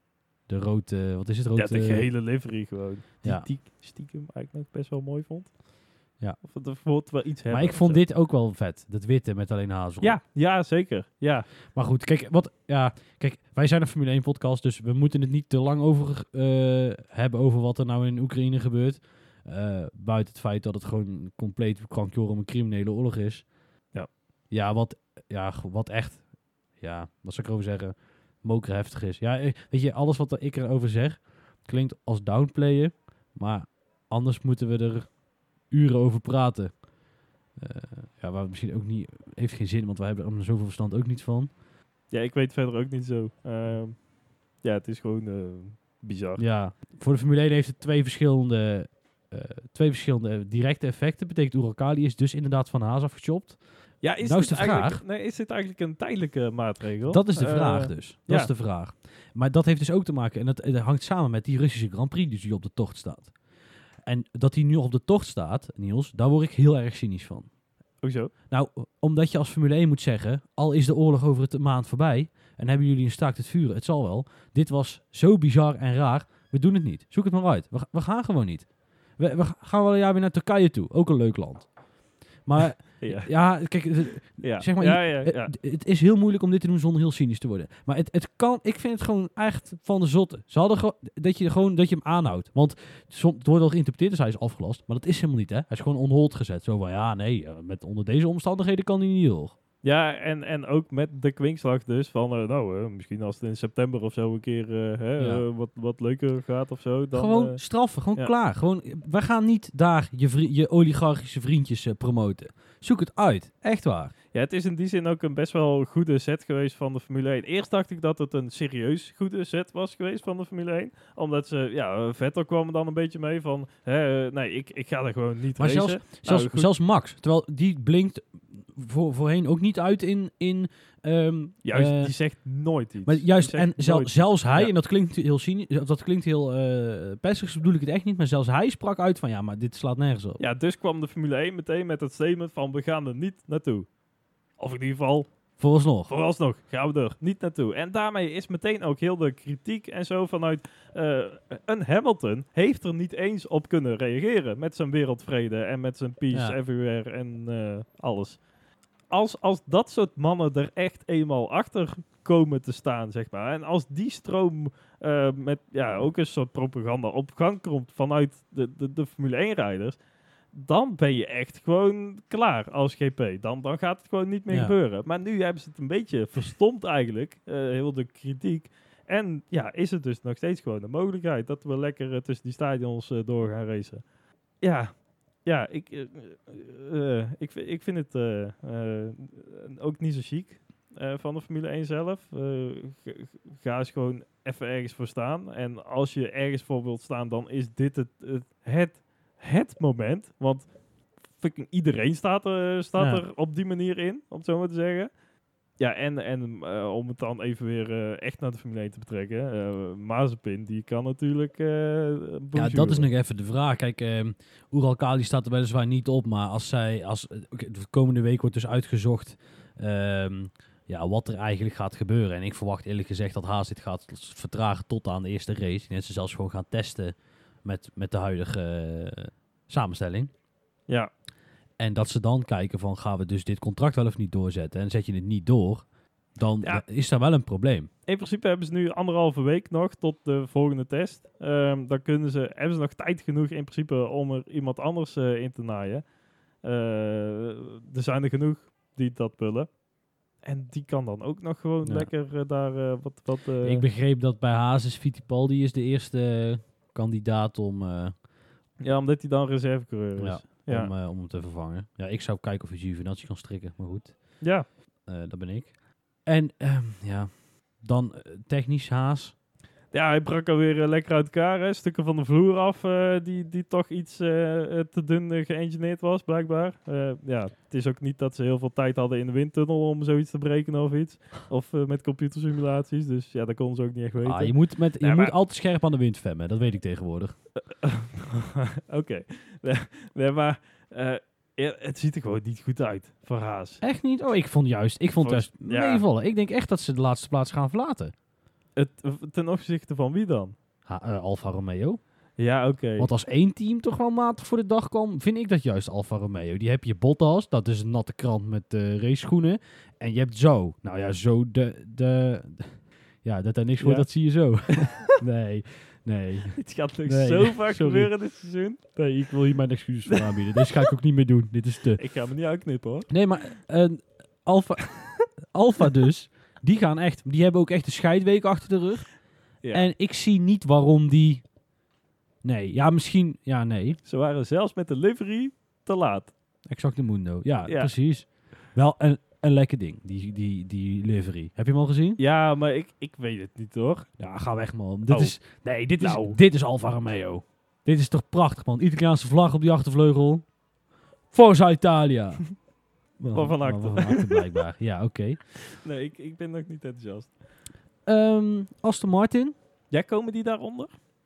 de rode, wat is het? Rode, ja, de gehele livery gewoon. Die, ja. die stiekem eigenlijk nog best wel mooi vond. Ja. Of het bijvoorbeeld wel iets hebben. Maar ik vond dit ook wel vet. Dat witte met alleen hazel. Ja, ja, zeker. Ja. Maar goed, kijk, wat, ja, kijk, wij zijn een Formule één podcast, dus we moeten het niet te lang over uh, hebben over wat er nou in Oekraïne gebeurt. Uh, buiten het feit dat het gewoon een compleet krankjorum een criminele oorlog is. Ja. Ja, wat, ja, wat echt, ja, wat zou ik erover zeggen, mokerheftig is. Ja, weet je, alles wat ik erover zeg, klinkt als downplayen, maar anders moeten we er uren over praten. Uh, ja, waar misschien ook niet, heeft geen zin, want wij hebben er zoveel verstand ook niet van. Ja, ik weet verder ook niet zo. Uh, ja, het is gewoon uh, bizar. Ja, voor de Formule één heeft het twee verschillende, uh, twee verschillende directe effecten. Betekent Uralkali is dus inderdaad van Haas afgechopt. Ja, is, nou is dit de vraag. eigenlijk, nee, is dit eigenlijk een tijdelijke maatregel? Dat is de Uh, vraag dus. Dat ja. is de vraag. Maar dat heeft dus ook te maken, en dat, dat hangt samen met die Russische Grand Prix die nu op de tocht staat. En dat die nu op de tocht staat, Niels, daar word ik heel erg cynisch van. Hoezo? Nou, omdat je als Formule één moet zeggen, al is de oorlog over het maand voorbij en hebben jullie een staakt het vuren, het zal wel. Dit was zo bizar en raar, we doen het niet. Zoek het maar uit. We, we gaan gewoon niet. We, we gaan wel een jaar weer naar Turkije toe, ook een leuk land. Maar ja. ja, kijk, ja. zeg maar, ja, ja, ja. Het, het is heel moeilijk om dit te doen zonder heel cynisch te worden. Maar het, het kan, ik vind het gewoon echt van de zotte. Ze hadden gewoon, dat je gewoon, dat je hem aanhoudt. Want som, het wordt al geïnterpreteerd als hij is afgelast, maar dat is helemaal niet, hè. Hij is gewoon on hold gezet. Zo van, ja, nee, met onder deze omstandigheden kan hij niet door. Ja, en, en ook met de kwinkslag dus van, uh, nou, uh, misschien als het in september of zo een keer uh, hè, Ja. uh, wat, wat leuker gaat of zo. Dan, gewoon uh, straffen, gewoon ja. klaar. Gewoon, we gaan niet daar je, vri- je oligarchische vriendjes uh, promoten. Zoek het uit, echt waar. Ja, het is in die zin ook een best wel goede set geweest van de Formule één. Eerst dacht ik dat het een serieus goede set was geweest van de Formule één. Omdat ze, ja, Vettel kwam er dan een beetje mee van, hè, uh, nee, ik, ik ga er gewoon niet Maar racen. zelfs, Nou, zelfs, goed. zelfs Max, terwijl die blinkt voor, voorheen ook niet uit in... in um, Juist, uh, die zegt nooit iets. maar juist, Die en zegt zel, nooit zelfs hij, Ja. en dat klinkt heel cynisch, dat klinkt heel uh, pessig, zo bedoel ik het echt niet, maar zelfs hij sprak uit van, ja, maar dit slaat nergens op. Ja, dus kwam de Formule één meteen met het statement van, we gaan er niet naartoe. Of in ieder geval, Vooralsnog. vooralsnog gaan we er niet naartoe. En daarmee is meteen ook heel de kritiek en zo vanuit uh, een Hamilton heeft er niet eens op kunnen reageren met zijn wereldvrede en met zijn peace Ja. everywhere en uh, alles. Als, als dat soort mannen er echt eenmaal achter komen te staan, zeg maar. En als die stroom uh, met ja, ook een soort propaganda op gang komt vanuit de, de, de Formule één-rijders, dan ben je echt gewoon klaar als G P. Dan, dan gaat het gewoon niet meer Ja. gebeuren. Maar nu hebben ze het een beetje verstomd eigenlijk, uh, heel de kritiek. En ja, is het dus nog steeds gewoon een mogelijkheid dat we lekker uh, tussen die stadions uh, door gaan racen. Ja, ja ik, uh, uh, ik, ik vind het uh, uh, ook niet zo chic uh, van de Formule één zelf. Uh, g- ga eens gewoon even ergens voor staan. En als je ergens voor wilt staan, dan is dit het, het, het het moment, want fucking iedereen staat, er, staat Ja. er op die manier in, om het zo maar te zeggen. Ja, en, en uh, om het dan even weer uh, echt naar de Formule één te betrekken, uh, Mazepin, die kan natuurlijk uh, Ja, dat is nog even de vraag. Kijk, um, Uralkali staat er weliswaar niet op, maar als zij, als okay, de komende week wordt dus uitgezocht um, ja, wat er eigenlijk gaat gebeuren. En ik verwacht eerlijk gezegd dat Haas dit gaat vertragen tot aan de eerste race. En dat ze zelfs gewoon gaan testen met, met de huidige uh, samenstelling. Ja. En dat ze dan kijken van, gaan we dus dit contract wel of niet doorzetten? En zet je het niet door, dan Ja. is daar wel een probleem. In principe hebben ze nu anderhalve week nog tot de volgende test. Um, dan kunnen ze, hebben ze nog tijd genoeg in principe om er iemand anders uh, in te naaien. Uh, er zijn er genoeg die dat willen. En die kan dan ook nog gewoon Ja. lekker uh, daar uh, wat... wat uh, Ik begreep dat bij Haas is Fittipaldi is de eerste kandidaat om... Uh, Ja, omdat hij dan reservecoureur is. Ja. Ja. Om, uh, om hem te vervangen. Ja, ik zou kijken of je Giovinazzi kan strikken, maar goed. Ja. Uh, dat ben ik. En um, ja, dan uh, technisch Haas. Ja, hij brak alweer uh, lekker uit elkaar. Hè. Stukken van de vloer af uh, die, die toch iets uh, te dun uh, geëngineerd was, blijkbaar. Uh, ja, het is ook niet dat ze heel veel tijd hadden in de windtunnel om zoiets te berekenen of iets. Of uh, met computersimulaties. Dus ja, dat konden ze ook niet echt weten. Ah, je moet, met, je ja, moet maar... altijd scherp aan de wind femmen, dat weet ik tegenwoordig. Oké. Okay. Nee, nee, maar uh, Ja, het ziet er gewoon niet goed uit voor Haas. Echt niet? Oh, ik vond juist, ik vond Volgens- juist ja. meevallen. Ik denk echt dat ze de laatste plaats gaan verlaten. Het, ten opzichte van wie dan? Ha, uh, Alfa Romeo. Ja, oké. Want als één team toch wel matig voor de dag kwam, vind ik dat juist Alfa Romeo. Die heb je Bottas, dat is een natte krant met uh, raceschoenen. En je hebt Zo. Nou ja, Zo, de... de, de ja, dat er niks wordt, Ja. dat zie je zo. nee, nee. Het gaat nog Nee, zo vaak sorry. gebeuren dit seizoen. Nee, ik wil hier mijn excuses voor aanbieden. Dit ga ik ook niet meer doen. Dit is te... Ik ga me niet uitknippen hoor. Nee, maar uh, Alfa, Alfa dus, die gaan echt... Die hebben ook echt een scheidweek achter de rug. Ja. En ik zie niet waarom die... Nee, ja, misschien... Ja, nee. Ze waren zelfs met de livery te laat. Exacte Mundo. Ja, Ja. precies. Wel een, een lekker ding, die, die, die livery. Heb je hem al gezien? Ja, maar ik, ik weet het niet hoor. Ja, ga weg, man. Dit Oh. is... Nee, dit is, Nou. dit is Alfa Romeo. Dit is toch prachtig, man. Italiaanse vlag op die achtervleugel. Forza Italia. Van Van Achten. Van Achten, blijkbaar. Ja, oké. Nee, ik, ik ben nog niet enthousiast. Ehm, Aston Martin. Jij komen die daaronder?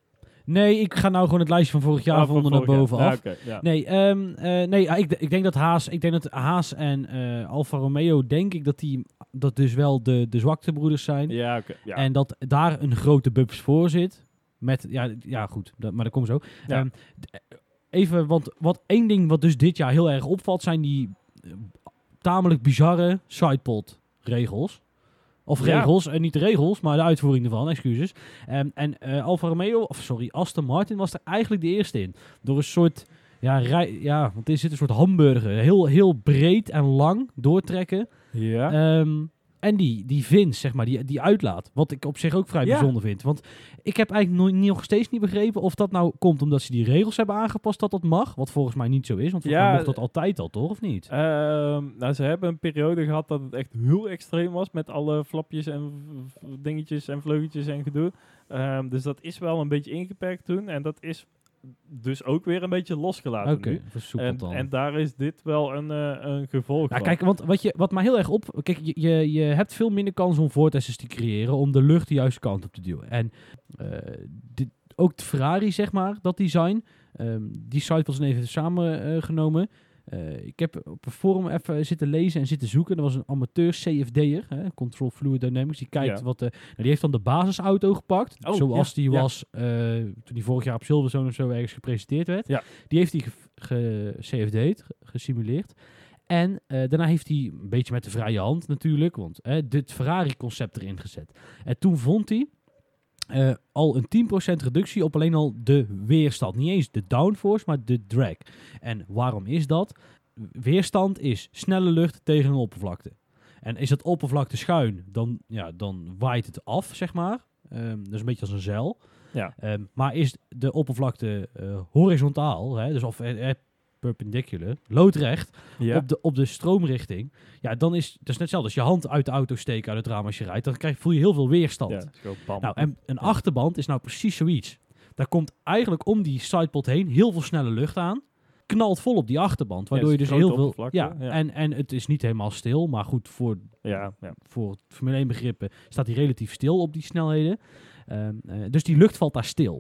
Nee, ik ga nou gewoon het lijstje van vorig jaar Ah, van onder naar vorig jaar. boven af. Ja, oké, ja. Nee, ehm, eh, nee ik, ik denk dat Haas, ik denk dat Haas en eh, Alfa Romeo, denk ik dat die dat dus wel de, de zwaktebroeders zijn. Ja, oké. Ja. En dat daar een grote bubs voor zit. Met, ja, ja goed, dat, maar dat komt zo. Ja. Ehm, d- even, want wat één ding wat dus dit jaar heel erg opvalt, zijn die eh, tamelijk bizarre sidepod regels. Of Ja. regels, en niet de regels, maar de uitvoering ervan, excuses. Ehm, en eh Alfa Romeo, of sorry, Aston Martin was er eigenlijk de eerste in. Door een soort, ja, rij, ja want er zit een soort hamburger. Heel, heel breed en lang doortrekken. ja. Ehm, en die, die vins, zeg maar, die, die uitlaat. Wat ik op zich ook vrij Ja. bijzonder vind. Want ik heb eigenlijk nog, nog steeds niet begrepen of dat nou komt omdat ze die regels hebben aangepast dat dat mag. Wat volgens mij niet zo is, want volgens Ja, mij mocht dat altijd al, toch? Of niet? Ehm, nou, ze hebben een periode gehad dat het echt heel extreem was met alle flapjes en v- v- dingetjes en vleugeltjes en gedoe. Ehm, dus dat is wel een beetje ingeperkt toen en dat is dus ook weer een beetje losgelaten Oké, nu. versoepeld En, dan. en daar is dit wel een, eh, een gevolg Nou, van. kijk, want wat, je, wat mij heel erg op... Kijk, je, je, je hebt veel minder kans om voortessers te creëren om de lucht de juiste kant op te duwen. En eh, dit, ook de Ferrari, zeg maar, dat design, ehm, die site was even samengenomen. Uh, ik heb op een forum even zitten lezen en zitten zoeken. Er was een amateur C F D'er, hè, Control Fluid Dynamics, die kijkt Ja. wat... de, nou, die heeft dan de basisauto gepakt, Oh, zoals ja, die ja. was uh, toen die vorig jaar op Silverstone of zo ergens gepresenteerd werd. Ja. Die heeft hij ge, ge, C F D'd, gesimuleerd. En uh, daarna heeft hij een beetje met de vrije hand natuurlijk, want uh, dit Ferrari-concept erin gezet. En toen vond hij uh, al een tien procent reductie op alleen al de weerstand. Niet eens de downforce, maar de drag. En waarom is dat? Weerstand is snelle lucht tegen een oppervlakte. En is dat oppervlakte schuin, dan, ja, dan waait het af, zeg maar. Um, dat is een beetje als een zeil. Ja. Um, maar is de oppervlakte uh, horizontaal, hè, dus of uh, perpendicular, loodrecht, Ja. op, de, op de stroomrichting, ja, dan is dat is net hetzelfde. Als je hand uit de auto steekt uit het raam als je rijdt, dan krijg, voel je heel veel weerstand. Ja, het is gewoon bam. Nou, en een achterband is nou precies zoiets. Daar komt eigenlijk om die sidepod heen heel veel snelle lucht aan. Knalt vol op die achterband, waardoor Ja, je het dus is heel grote veel... oppervlakte, Ja, ja. En, en het is niet helemaal stil, maar goed, voor, ja, ja. voor Formule één begrippen staat hij relatief stil op die snelheden. Um, uh, dus die lucht valt daar stil.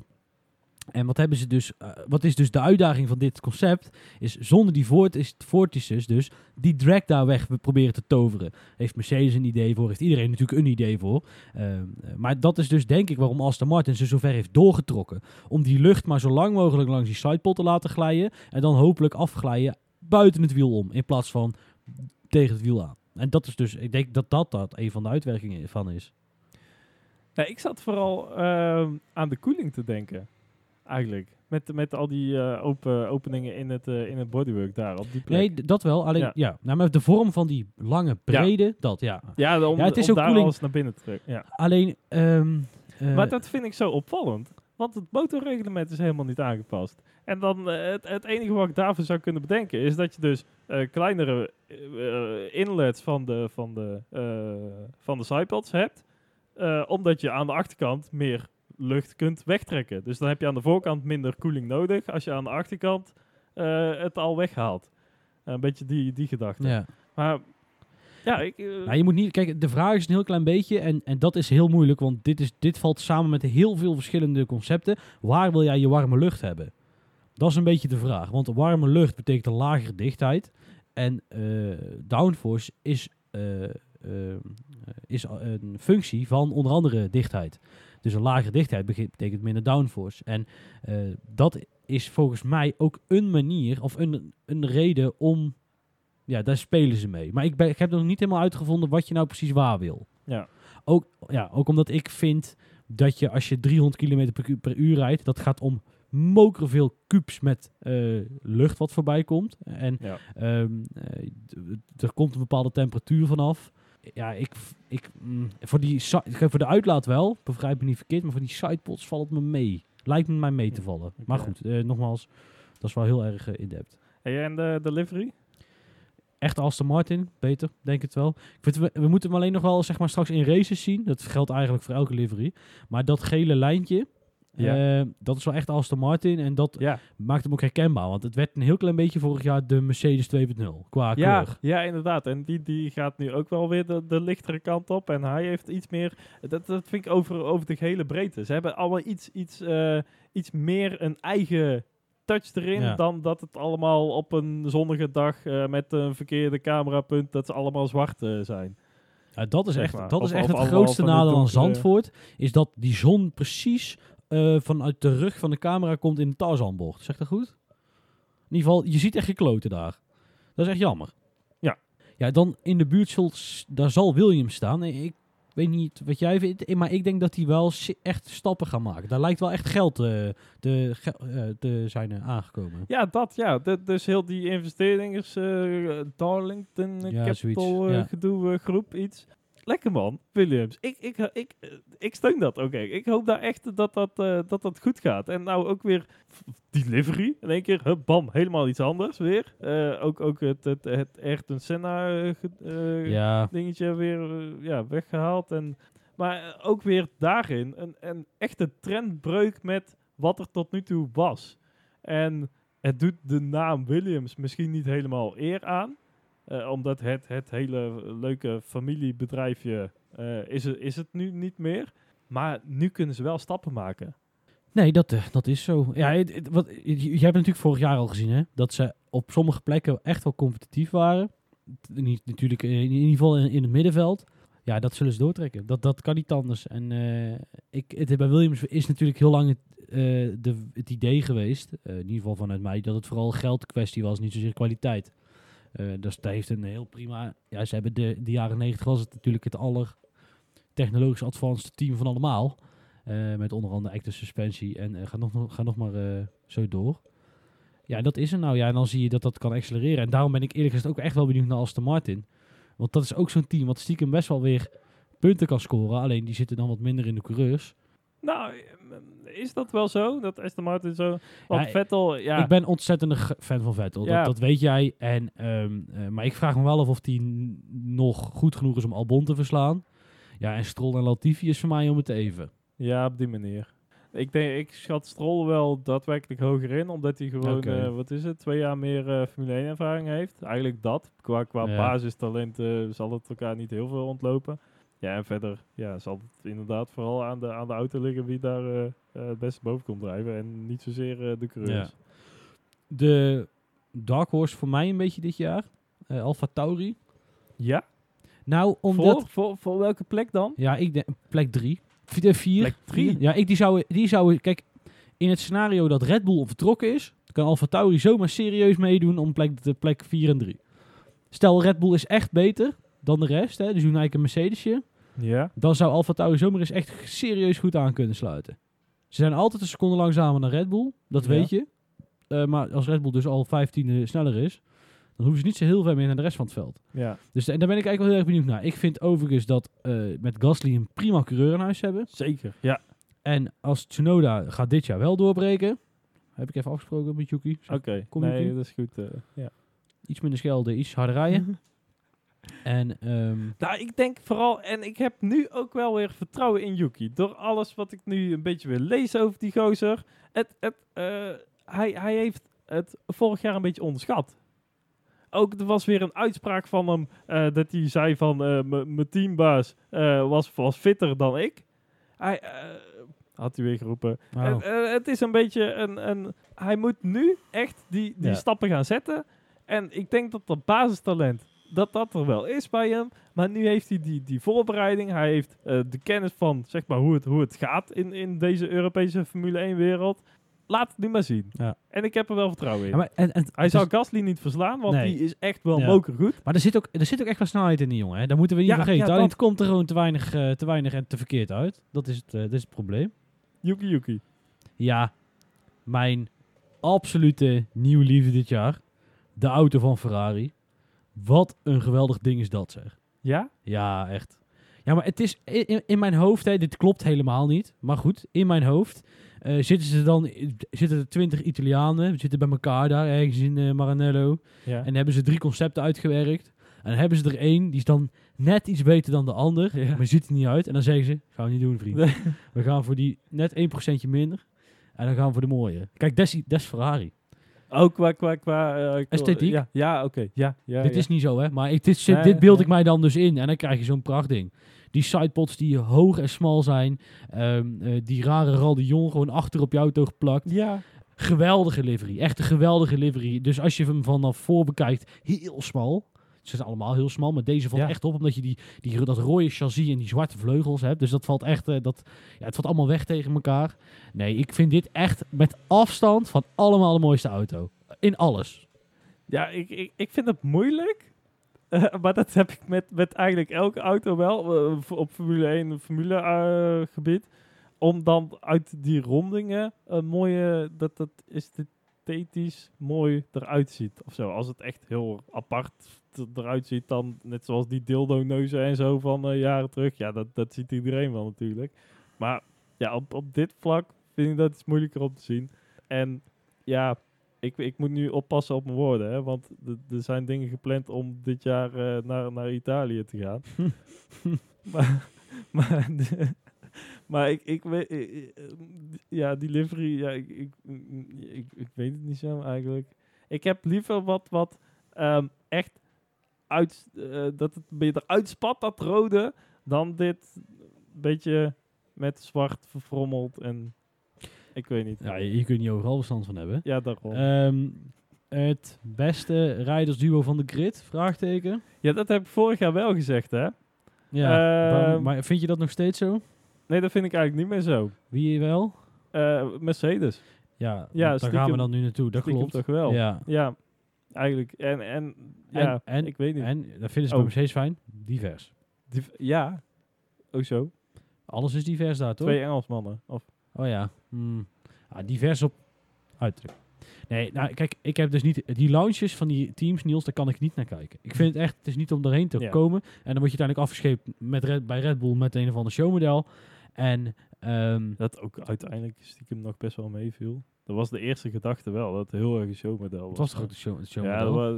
En wat hebben ze dus, uh, wat is dus de uitdaging van dit concept, is zonder die voort, vortices dus, die drag daar weg we proberen te toveren. Heeft Mercedes een idee voor, heeft iedereen natuurlijk een idee voor. Uh, uh, maar dat is dus denk ik waarom Aston Martin ze zover heeft doorgetrokken. Om die lucht maar zo lang mogelijk langs die sidepod te laten glijden en dan hopelijk afglijden buiten het wiel om, in plaats van tegen het wiel aan. En dat is dus, ik denk dat dat, dat een van de uitwerkingen van is. Nee, ik zat vooral uh, aan de koeling te denken. Eigenlijk. Met, met al die uh, open openingen in het, uh, in het bodywork daar, op die plek. Nee, d- dat wel. Alleen, ja. ja. Nou, maar de vorm van die lange, brede, ja. dat, ja. Ja, om, ja, het is om ook daar koeling. alles naar binnen te trekken. Ja. Alleen... Um, uh, maar dat vind ik zo opvallend. Want het motorreglement is helemaal niet aangepast. En dan uh, het, het enige wat ik daarvoor zou kunnen bedenken... is dat je dus uh, kleinere uh, inlets van de, van de, uh, van de sidepods hebt. Uh, omdat je aan de achterkant meer... lucht kunt wegtrekken. Dus dan heb je aan de voorkant minder koeling nodig als je aan de achterkant uh, het al weghaalt. Uh, een beetje die, die gedachte. Ja. Maar ja, ik... Uh, nou, je moet niet... Kijk, de vraag is een heel klein beetje en, en dat is heel moeilijk, want dit, is, dit valt samen met heel veel verschillende concepten. Waar wil jij je warme lucht hebben? Dat is een beetje de vraag. Want warme lucht betekent een lagere dichtheid. En uh, downforce is, uh, uh, is een functie van onder andere dichtheid. Dus een lagere dichtheid betekent minder downforce. En uh, dat is volgens mij ook een manier of een, een reden om... Ja, daar spelen ze mee. Maar ik, ben, ik heb nog niet helemaal uitgevonden wat je nou precies waar wil. Ja. Ook, ja, ook omdat ik vind dat je als je driehonderd kilometer per, per uur rijdt, dat gaat om mokerveel kubus met uh, lucht wat voorbij komt. En Ja. um, uh, d- er komt een bepaalde temperatuur vanaf. Ja, ik, ik mm, voor, die, voor de uitlaat wel, begrijp me niet verkeerd, maar voor die sidepods valt het me mee. Lijkt me mij mee te vallen. Okay. Maar goed, uh, nogmaals, dat is wel heel erg uh, in-depth. Hey, en de, de livery? Echt Aston Martin, beter, denk ik het wel. Ik vind, we, we moeten hem alleen nog wel zeg maar, straks in races zien. Dat geldt eigenlijk voor elke livery. Maar dat gele lijntje, ja. uh, dat is wel echt Aston Martin. En dat ja. maakt hem ook herkenbaar. Want het werd een heel klein beetje vorig jaar de Mercedes twee punt nul qua ja, kleur. Ja, inderdaad. En die, die gaat nu ook wel weer de, de lichtere kant op. En hij heeft iets meer... Dat, dat vind ik over, over de gehele breedte. Ze hebben allemaal iets, iets, uh, iets meer een eigen... touch erin, ja. dan dat het allemaal op een zonnige dag uh, met een verkeerde camerapunt, dat ze allemaal zwart uh, zijn. Ja, dat is zeg echt, maar. dat of, is echt of het grootste nadeel aan Zandvoort, uh, is dat die zon precies uh, vanuit de rug van de camera komt in de Tarzanbocht. Zeg dat goed? In ieder geval, je ziet echt gekloten daar. Dat is echt jammer. Ja. Ja, dan in de buurt zult, daar zal Williams staan. Ik weet niet wat jij vindt, maar ik denk dat hij wel echt stappen gaat maken. Daar lijkt wel echt geld uh, te, uh, te zijn uh, aangekomen. Ja, dat ja. De, dus heel die investeerders, uh, Darlington ja, Capital uh, ja. gedoe uh, groep, iets. Lekker man, Williams. Ik, ik, ik, ik, ik steun dat ook. Okay. Ik hoop daar echt dat dat, uh, dat dat goed gaat. En nou ook weer die livery. In één keer, hup, bam, helemaal iets anders weer. Uh, ook, ook het, het, het Ayrton Senna uh, uh, ja. dingetje weer uh, ja, weggehaald. En, maar uh, ook weer daarin een, een echte trendbreuk met wat er tot nu toe was. En het doet de naam Williams misschien niet helemaal eer aan. Uh, omdat het, het hele leuke familiebedrijfje uh, is, het, is het nu niet meer. Maar nu kunnen ze wel stappen maken. Nee, dat, uh, dat is zo. Ja, het, het, wat, je, je hebt natuurlijk vorig jaar al gezien, hè, dat ze op sommige plekken echt wel competitief waren. Niet, natuurlijk in, in ieder geval in, in het middenveld. Ja, dat zullen ze doortrekken. Dat, dat kan niet anders. En uh, ik, het, bij Williams is natuurlijk heel lang het, uh, de, het idee geweest, uh, in ieder geval vanuit mij, dat het vooral geld kwestie was, niet zozeer kwaliteit. Uh, dus dat heeft een heel prima... Ja, ze hebben de, de jaren negentig was het natuurlijk het aller technologisch advanced team van allemaal. Uh, met onder andere active suspensie en uh, ga, nog, ga nog maar uh, zo door. Ja, dat is er nou. Ja, en dan zie je dat dat kan accelereren. En daarom ben ik eerlijk gezegd ook echt wel benieuwd naar Aston Martin. Want dat is ook zo'n team wat stiekem best wel weer punten kan scoren. Alleen die zitten dan wat minder in de coureurs. Nou, is dat wel zo? Dat Aston Martin zo... Want ja, Vettel, ja... Ik ben ontzettend fan van Vettel. Ja. Dat, dat weet jij. En, um, uh, maar ik vraag me wel af of die n- nog goed genoeg is om Albon te verslaan. Ja, en Stroll en Latifi is voor mij om het even. Ja, op die manier. Ik denk, ik schat Stroll wel daadwerkelijk hoger in, omdat hij gewoon, okay. uh, wat is het, twee jaar meer uh, Formule één ervaring heeft. Eigenlijk dat. Qua, qua ja. basistalent uh, zal het elkaar niet heel veel ontlopen. Ja, en verder ja, zal het inderdaad vooral aan de, aan de auto liggen wie daar uh, uh, het beste boven komt drijven. En niet zozeer uh, de coureurs. Ja. De dark horse voor mij een beetje dit jaar. Uh, Alfa Tauri. Ja? Nou, omdat... Voor, voor, voor welke plek dan? Ja, ik denk plek drie. Vier. vier. Plek drie? Ja, ik, die zou, die zou... Kijk, in het scenario dat Red Bull vertrokken is, kan Alfa Tauri zomaar serieus meedoen om plek, de plek vier en drie. Stel, Red Bull is echt beter dan de rest, hè, dus doen eigenlijk een Mercedesje. Ja. Dan zou Alfa Tauri zomaar eens echt serieus goed aan kunnen sluiten. Ze zijn altijd een seconde langzamer dan Red Bull, dat ja. weet je. Uh, maar als Red Bull dus al vijftiende sneller is, dan hoeven ze niet zo heel ver meer naar de rest van het veld. Ja. Dus en daar ben ik eigenlijk wel heel erg benieuwd naar. Ik vind overigens dat uh, met Gasly een prima coureur in huis hebben. Zeker, ja. En als Tsunoda gaat dit jaar wel doorbreken, heb ik even afgesproken met Yuki. Oké, okay. nee, Yuki? Dat is goed. Uh, ja. Iets minder schelden, iets harder rijden. En, um, nou, ik denk vooral, en ik heb nu ook wel weer vertrouwen in Yuki. Door alles wat ik nu een beetje weer lees over die gozer. Het, het, uh, hij, hij heeft het vorig jaar een beetje onderschat. Ook er was weer een uitspraak van hem uh, dat hij zei van uh, mijn teambaas uh, was, was fitter dan ik. Hij, uh, had hij weer geroepen. Oh. En, eh, het is een beetje een, een... Hij moet nu echt die, die Ja. stappen gaan zetten. En ik denk dat dat basistalent, dat dat er wel is bij hem. Maar nu heeft hij die, die voorbereiding. Hij heeft uh, de kennis van, zeg maar, hoe het, hoe het gaat in, in deze Europese Formule één wereld. Laat het nu maar zien. Ja. En ik heb er wel vertrouwen in. Ja, maar, en, en, Hij dus- zou Gasly niet verslaan, want Nee. die is echt wel Ja. mokergoed. Maar er zit, ook, er zit ook echt wel snelheid in die jongen. Hè? Dat moeten we niet Ja, vergeten. ja, Alleen dat- het komt er gewoon te weinig, uh, te weinig en te verkeerd uit. Dat is het, uh, dat is het probleem. Yuki Yuki. Ja, mijn absolute nieuwe liefde dit jaar. De auto van Ferrari. Wat een geweldig ding is dat, zeg. Ja? Ja, echt. Ja, maar het is in, in mijn hoofd, hè, dit klopt helemaal niet. Maar goed, in mijn hoofd uh, zitten ze dan, zitten er twintig Italianen, zitten bij elkaar daar ergens in uh, Maranello. Ja. En hebben ze drie concepten uitgewerkt. En dan hebben ze er één, die is dan net iets beter dan de ander. Ja. Maar ziet er niet uit. En dan zeggen ze, gaan we niet doen, vriend. Nee. We gaan voor die net één procentje minder. En dan gaan we voor de mooie. Kijk, dat is, dat is Ferrari. Ook qua... qua, qua uh, Esthetiek? Ja, ja oké. Okay. Ja, ja, dit ja. is niet zo, hè. Maar ik, dit, zit- Nee, dit beeld nee. ik mij dan dus in. En dan krijg je zo'n prachtding. Die sidepods die hoog en smal zijn. Um, uh, die rare Ral de Jong gewoon achter op je auto geplakt. Ja. Geweldige livery. Echt een geweldige livery. Dus als je hem vanaf voor bekijkt, heel smal. Ze zijn allemaal heel smal, maar deze valt Ja. echt op. Omdat je die, die, dat rode chassis en die zwarte vleugels hebt. Dus dat valt echt... Uh, dat, ja, het valt allemaal weg tegen elkaar. Nee, ik vind dit echt met afstand van allemaal de mooiste auto. In alles. Ja, ik, ik, ik vind het moeilijk. Uh, maar dat heb ik met, met eigenlijk elke auto wel. Uh, op Formule één, Formule uh, gebied. Om dan uit die rondingen een mooie... Dat dat esthetisch mooi eruit ziet. Of zo. Als het echt heel apart eruit ziet. Dan net zoals die dildo-neuzen en zo van uh, jaren terug. Ja, dat, dat ziet iedereen wel natuurlijk. Maar ja, op, op dit vlak vind ik dat iets moeilijker om te zien. En ja... Ik, ik moet nu oppassen op mijn woorden, hè, want er zijn dingen gepland om dit jaar uh, naar, naar Italië te gaan. maar maar, de, maar ik, ik weet, uh, ja, die livery, ja, ik, ik, ik, ik weet het niet zo eigenlijk. Ik heb liever wat, wat um, echt uit, uh, dat het een beetje eruit spat, dat rode, dan dit beetje met zwart verfrommeld en... Ik weet niet. Ja, hier kun je niet overal verstand van hebben. Ja, daarom. Um, het beste rijdersduo van de grid? Vraagteken. Ja, dat heb ik vorig jaar wel gezegd, hè? Ja, Uh, waarom, maar vind je dat nog steeds zo? Nee, dat vind ik eigenlijk niet meer zo. Wie wel? Uh, Mercedes. Ja, ja daar stiekem, gaan we dan nu naartoe. Dat klopt. toch wel. Ja, ja eigenlijk. En, en ja, en, en, ik weet niet. En, dat vinden ze oh. bij Mercedes fijn. Divers. Div ja, ook zo. Alles is divers daar, toch? Twee Engelsmannen. Of Oh ja. Hmm. Ah, divers op uiterlijk. Nee, nou kijk, ik heb dus niet... Die launches van die teams, Niels, daar kan ik niet naar kijken. Ik vind het echt, het is niet om doorheen te ja. komen. En dan word je uiteindelijk afgescheept met Red, bij Red Bull met een of ander showmodel. En... Um, dat ook uiteindelijk stiekem nog best wel meeviel. Dat was de eerste gedachte wel, dat het heel erg een showmodel was. Het was toch ook de show, het showmodel? Ja, was,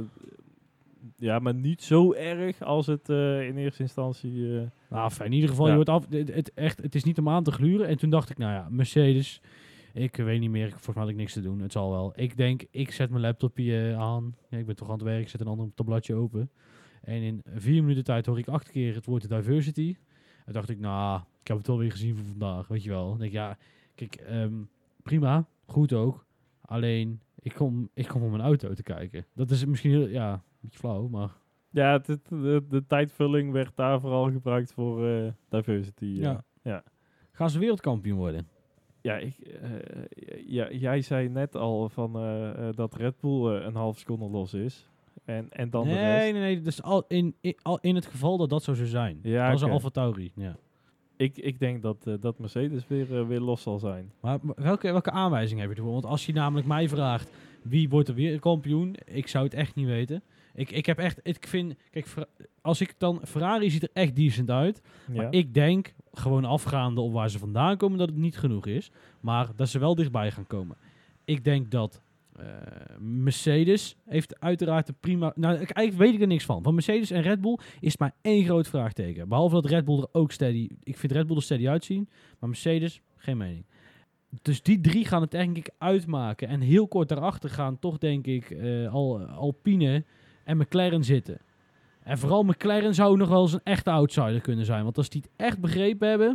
ja, maar niet zo erg als het uh, in eerste instantie... Uh, nou, fijn, in ieder geval, ja. je wordt af, het, het, echt, het is niet om aan te gluren. En toen dacht ik, nou ja, Mercedes... Ik weet niet meer, volgens mij had ik niks te doen. Het zal wel. Ik denk, ik zet mijn laptopje aan. Ja, ik ben toch aan het werk, ik zet een ander tabbladje open. En in vier minuten tijd hoor ik acht keer het woord diversity. En dacht ik, nou, ik heb het wel weer gezien voor vandaag, weet je wel. Dan denk ik, ja, kijk, um, prima, goed ook. Alleen, ik kom, ik kom om mijn auto te kijken. Dat is misschien heel, ja, een beetje flauw, maar... Ja, de, de, de tijdvulling werd daar vooral gebruikt voor uh, diversity. Uh. Ja. ja. Gaan ze wereldkampioen worden? Ja, ik, uh, ja, jij zei net al van, uh, uh, dat Red Bull uh, een half seconde los is. En, en dan nee, de rest. nee, nee. Dus al in, in, al in het geval dat dat zo zou zijn. Ja, dat is okay. een Alfa Tauri, ja. Ik, ik denk dat, uh, dat Mercedes weer, uh, weer los zal zijn. Maar welke, welke aanwijzing heb je ervoor? Want als je namelijk mij vraagt, wie wordt er weer kampioen? Ik zou het echt niet weten. Ik, ik heb echt, ik vind, kijk, als ik dan, Ferrari ziet er echt decent uit. Ja. Maar ik denk, gewoon afgaande op waar ze vandaan komen, dat het niet genoeg is. Maar dat ze wel dichtbij gaan komen. Ik denk dat uh, Mercedes heeft uiteraard de prima... Nou, eigenlijk weet ik er niks van. Van Mercedes en Red Bull is maar één groot vraagteken. Behalve dat Red Bull er ook steady... Ik vind Red Bull er steady uitzien, maar Mercedes, geen mening. Dus die drie gaan het denk ik uitmaken. En heel kort daarachter gaan toch denk ik uh, Al, Alpine en McLaren zitten. En vooral McLaren zou nog wel eens een echte outsider kunnen zijn. Want als die het echt begrepen hebben,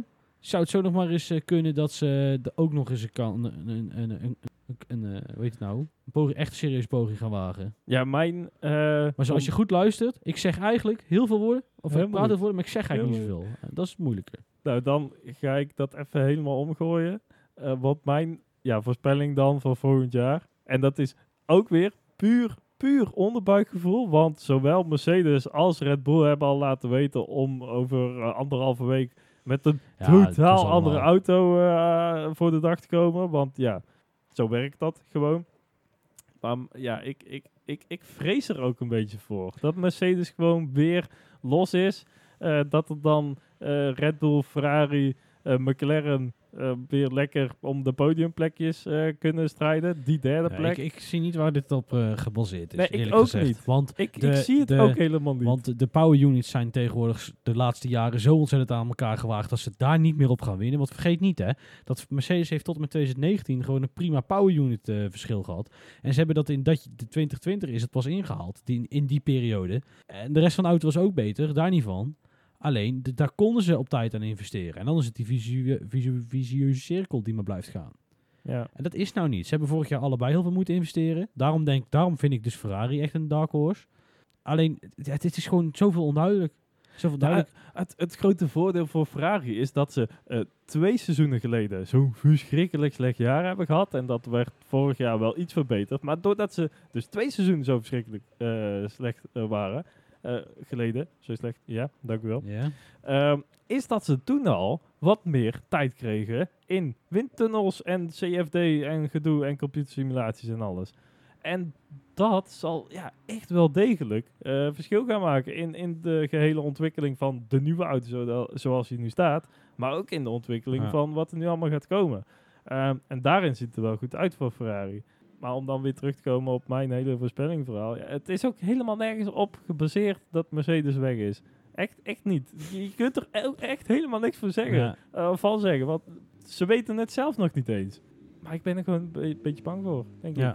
zou het zo nog maar eens uh, kunnen dat ze de ook nog eens een kan een, een, een, een, een, een uh, weet het nou, een poging, echt een serieuze poging gaan wagen. Ja, mijn... Uh, maar zoals je goed luistert, ik zeg eigenlijk heel veel woorden, of ik praat heel veel woorden, maar ik zeg eigenlijk heel niet zoveel. Uh, dat is het moeilijke. Nou, dan ga ik dat even helemaal omgooien. Uh, wat mijn ja, voorspelling dan voor volgend jaar, en dat is ook weer puur, puur onderbuikgevoel, want zowel Mercedes als Red Bull hebben al laten weten om over uh, anderhalve week met een ja, totaal andere auto uh, voor de dag te komen. Want ja, zo werkt dat gewoon. Maar ja, ik, ik, ik, ik vrees er ook een beetje voor. Dat Mercedes gewoon weer los is. Uh, dat er dan uh, Red Bull, Ferrari, uh, McLaren uh, weer lekker om de podiumplekjes uh, kunnen strijden. Die derde ja, plek. Ik, ik zie niet waar dit op uh, gebaseerd is. Nee, ik ook gezegd. niet. Want ik, de, ik zie het de, ook helemaal niet. Want de power units zijn tegenwoordig de laatste jaren zo ontzettend aan elkaar gewaagd dat ze daar niet meer op gaan winnen. Want vergeet niet hè, dat Mercedes heeft tot en met twintig negentien gewoon een prima power unit uh, verschil gehad. En ze hebben dat in dat, de twintig twintig is het pas ingehaald, die, in die periode. En de rest van de auto was ook beter, daar niet van. Alleen, de, daar konden ze op tijd aan investeren. En dan is het die visieuze visu, visu, cirkel die maar blijft gaan. Ja. En dat is nou niet. Ze hebben vorig jaar allebei heel veel moeten investeren. Daarom, denk, daarom vind ik dus Ferrari echt een dark horse. Alleen, het, het is gewoon zoveel onduidelijk. Zoveel duidelijk. Ja, het, het grote voordeel voor Ferrari is dat ze uh, twee seizoenen geleden zo'n verschrikkelijk slecht jaar hebben gehad. En dat werd vorig jaar wel iets verbeterd. Maar doordat ze dus twee seizoenen zo verschrikkelijk uh, slecht uh, waren... Uh, geleden, zo slecht, ja, dank u wel. Yeah. Um, is dat ze toen al wat meer tijd kregen in windtunnels en C F D en gedoe en computersimulaties en alles. En dat zal ja, echt wel degelijk uh, verschil gaan maken in, in de gehele ontwikkeling van de nieuwe auto zo, zoals die nu staat. Maar ook in de ontwikkeling ja. van wat er nu allemaal gaat komen. Um, en daarin ziet het er wel goed uit voor Ferrari. Maar om dan weer terug te komen op mijn hele voorspelling verhaal. Ja, het is ook helemaal nergens op gebaseerd dat Mercedes weg is. Echt, echt niet. Je kunt er echt helemaal niks van zeggen. Ja. Uh, van zeggen. Want ze weten het zelf nog niet eens. Maar ik ben er gewoon een be- beetje bang voor, denk ja. ik.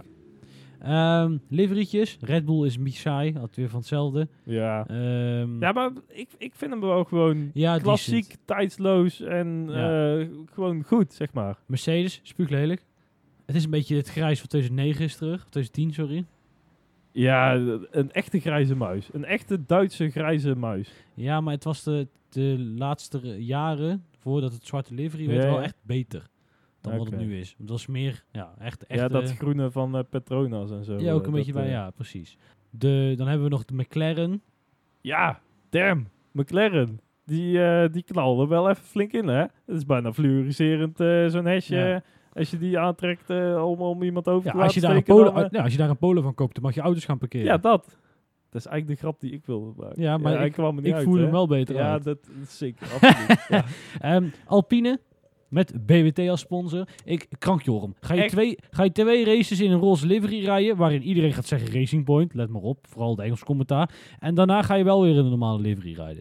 Um, liverietjes. Red Bull is een beetje saai. Altijd weer van hetzelfde. Ja, um, ja maar ik, ik vind hem wel gewoon ja, klassiek, decent. Tijdsloos en ja. uh, gewoon goed, zeg maar. Mercedes, spuuglelijk. Het is een beetje het grijs van tweeduizend negen is terug. tweeduizend tien, sorry. Ja, een echte grijze muis. Een echte Duitse grijze muis. Ja, maar het was de, de laatste jaren, voordat het zwarte livery werd, ja, wel echt beter dan okay. wat het nu is. Het was meer, ja, echt... echt ja, dat uh, groene van uh, Petronas en zo. Ja, ook een dat, beetje bij, uh, ja, precies. De, dan hebben we nog de McLaren. Ja, damn, McLaren. Die, uh, die knalde wel even flink in, hè? Het is bijna fluoriserend, uh, zo'n hesje... Ja. Als je die aantrekt uh, om, om iemand over ja, te als laten je daar steken... Een polo, dan, uh, ja, als je daar een polo van koopt, dan mag je auto's gaan parkeren. Ja, dat. Dat is eigenlijk de grap die ik wilde maken. Ja, maar ja, ik, kwam er niet ik uit, voel hè? hem wel beter ja, uit. Ja, dat is zeker. Absoluut. ja. um, Alpine met B W T als sponsor. Ik, krankjorum. Ga je, twee, ga je twee races in een roze livery rijden, waarin iedereen gaat zeggen Racing Point, let maar op, vooral de Engelse commentaar. En daarna ga je wel weer in een normale livery rijden.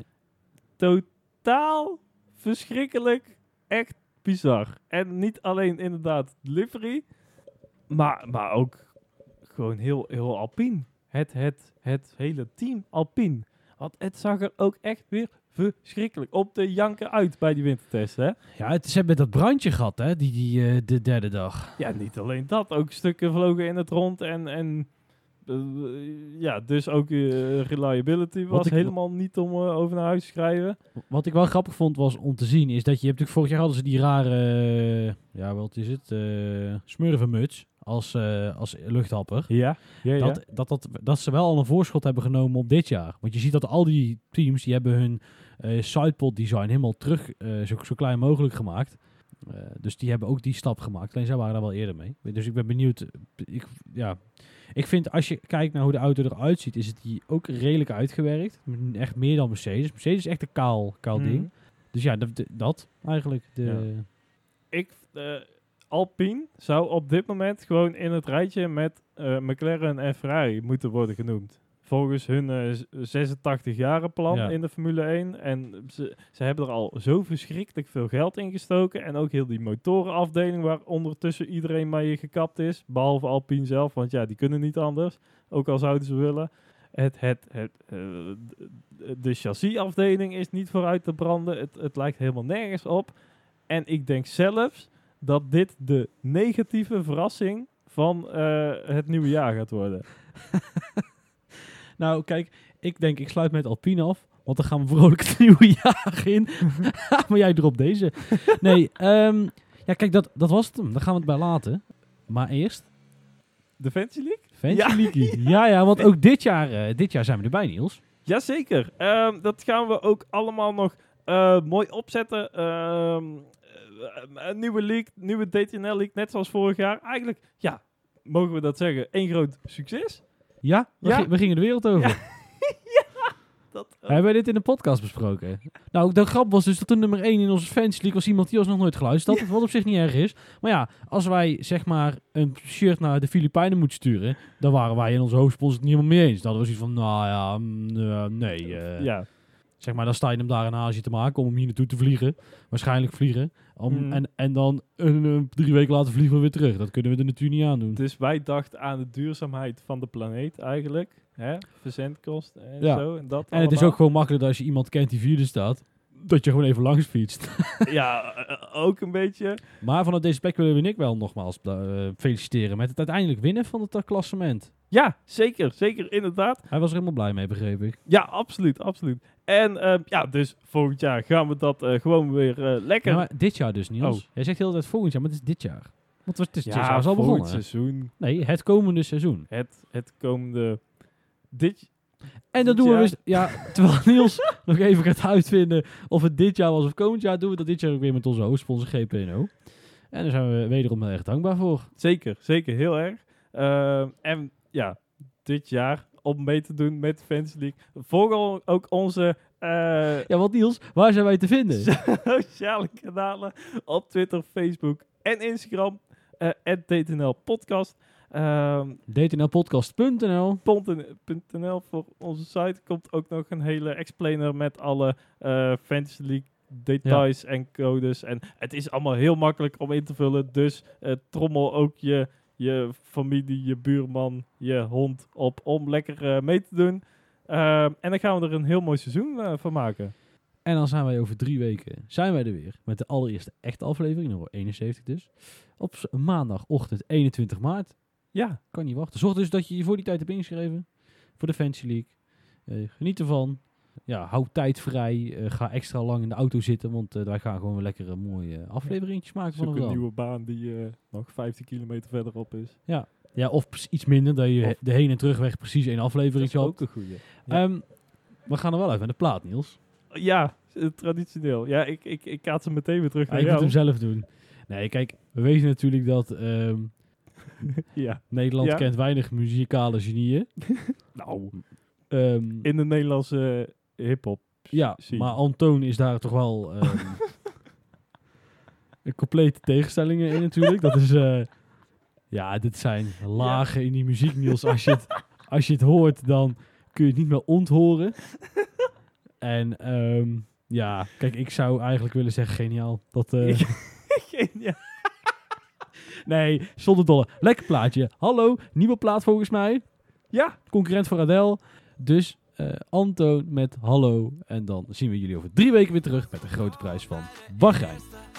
Totaal verschrikkelijk. Echt bizar. En niet alleen inderdaad livery, maar, maar ook gewoon heel, heel Alpine. Het, het, het hele team Alpine. Want het zag er ook echt weer verschrikkelijk op de janken uit bij die wintertest, hè? Ja, het is, ze hebben dat brandje gehad, hè, die, die, uh, de derde dag. Ja, niet alleen dat. Ook stukken vlogen in het rond en... en uh, ja, dus ook uh, reliability was ik, helemaal niet om uh, over naar huis te schrijven. Wat ik wel grappig vond was om te zien, is dat je hebt natuurlijk vorig jaar hadden ze die rare, uh, ja, wat is het, uh, smurvenmuts als, uh, als luchthapper. Ja, ja, ja. Dat, dat, dat, dat ze wel al een voorschot hebben genomen op dit jaar. Want je ziet dat al die teams, die hebben hun uh, sidepod design helemaal terug, uh, zo, zo klein mogelijk gemaakt. Uh, dus die hebben ook die stap gemaakt. Alleen zij waren daar wel eerder mee. Dus ik ben benieuwd. Ik, ja, ik vind als je kijkt naar hoe de auto eruit ziet, is het die ook redelijk uitgewerkt. Echt meer dan Mercedes. Mercedes is echt een kaal, kaal hmm. ding. Dus ja, dat, dat eigenlijk. De ja. Ik, uh, Alpine zou op dit moment gewoon in het rijtje met uh, McLaren en Ferrari moeten worden genoemd. Volgens hun uh, zesentachtig jaren plan ja. in de Formule één. En ze, ze hebben er al zo verschrikkelijk veel geld in gestoken. En ook heel die motorenafdeling waar ondertussen iedereen mee gekapt is. Behalve Alpine zelf, want ja, die kunnen niet anders. Ook al zouden ze willen. Het, het, het, uh, de chassisafdeling is niet vooruit te branden. Het, het lijkt helemaal nergens op. En ik denk zelfs dat dit de negatieve verrassing van uh, het nieuwe jaar gaat worden. Nou, kijk, ik denk, ik sluit met Alpine af. Want dan gaan we vrolijk het nieuwe jaar in. Maar jij erop deze. Nee, um, ja, kijk, dat, dat was het hem. Daar gaan we het bij laten. Maar eerst... De Fantasy League? Fantasy ja. League. Ja, ja, want ook dit jaar, uh, dit jaar zijn we erbij, Niels. Jazeker. Um, dat gaan we ook allemaal nog uh, mooi opzetten. Um, een nieuwe league, nieuwe D T N L League, net zoals vorig jaar. Eigenlijk, ja, mogen we dat zeggen, één groot succes. Ja, we, ja. G- we gingen de wereld over. Ja. ja, dat hebben wij dit in de podcast besproken? Nou, de grap was dus dat toen nummer één in onze Fantasy League was iemand die ons nog nooit geluisterd had. Ja. Wat op zich niet erg is. Maar ja, als wij zeg maar een shirt naar de Filipijnen moeten sturen, dan waren wij in onze hoofdsponsor het niet helemaal mee eens. Dan hadden we zoiets van, nou ja, mm, uh, nee. Uh, ja. Zeg maar, dan sta je hem daar in Azië te maken om hem hier naartoe te vliegen. Waarschijnlijk vliegen. Om, mm. en, en dan een, een, drie weken later vliegen we weer terug. Dat kunnen we er natuurlijk niet aan doen. Dus wij dachten aan de duurzaamheid van de planeet eigenlijk. Hè? Verzendkosten en ja. zo. En, dat en het is ook gewoon makkelijk dat als je iemand kent die vierde staat, dat je gewoon even langs fietst. ja, uh, ook een beetje. Maar vanuit deze plek willen we Nick wel nogmaals uh, feliciteren met het uiteindelijk winnen van het uh, klassement. Ja, zeker. Zeker, inderdaad. Hij was er helemaal blij mee, begreep ik. Ja, absoluut, absoluut. En uh, ja, dus volgend jaar gaan we dat uh, gewoon weer uh, lekker... Ja, maar dit jaar dus, Niels. Oh. Jij zegt de hele tijd volgend jaar, maar het is dit jaar. Want het is dit ja, jaar al begonnen. het seizoen. Nee, het komende seizoen. Het, het komende... Dit... En dan dit doen jaar. we dus... Ja, terwijl Niels nog even gaat uitvinden of het dit jaar was of komend jaar, doen we dat dit jaar ook weer met onze hoofdsponsor G P N O. En daar zijn we wederom heel erg dankbaar voor. Zeker, zeker. Heel erg. Uh, en ja, dit jaar om mee te doen met Fantasy League. Volg ook onze... Uh, ja, want Niels, waar zijn wij te vinden? Sociale kanalen op Twitter, Facebook en Instagram. Uh, at D T N L Podcast. Um, D T N L podcast punt n l .n l voor onze site. Komt ook nog een hele explainer met alle uh, Fantasy League details ja. en codes. En het is allemaal heel makkelijk om in te vullen. Dus uh, trommel ook je, je familie, je buurman, je hond op om lekker uh, mee te doen. Uh, en dan gaan we er een heel mooi seizoen uh, van maken. En dan zijn wij over drie weken zijn wij er weer met de allereerste echte aflevering, nummer eenenzeventig dus. Op maandagochtend eenentwintig maart. Ja, kan niet wachten. Zorg dus dat je je voor die tijd hebt ingeschreven voor de Fantasy League. Uh, geniet ervan. Ja, hou tijd vrij. Uh, ga extra lang in de auto zitten, want uh, wij gaan gewoon weer lekkere mooie afleveringjes maken. Zoek van een nieuwe baan die uh, nog vijftien kilometer verderop is. Ja. Ja, of iets minder, dat je of de heen- en terugweg precies één aflevering had. Dat is ook een goeie. Ja. Um, we gaan er wel even aan de plaat, Niels. Ja, traditioneel. Ja, ik, ik, ik kaat ze meteen weer terug naar jou. Ik moet hem zelf doen. Nee, kijk, we weten natuurlijk dat um, ja. Nederland ja. kent weinig muzikale genieën. nou, um, in de Nederlandse uh, hip-hop. Ja, scene. Maar Antoon is daar toch wel um, een complete tegenstellingen in natuurlijk. Dat is... Uh, Ja, dit zijn lagen ja. in die muziek, Niels. Als je, het, als je het hoort, dan kun je het niet meer onthoren. En um, ja, kijk, ik zou eigenlijk willen zeggen geniaal. Dat, uh, geniaal. Nee, zonder dolle. Lekker plaatje. Hallo, nieuwe plaat volgens mij. Ja. Concurrent voor Adele. Dus uh, Antoon met Hallo. En dan zien we jullie over drie weken weer terug met de grote prijs van Bahrein.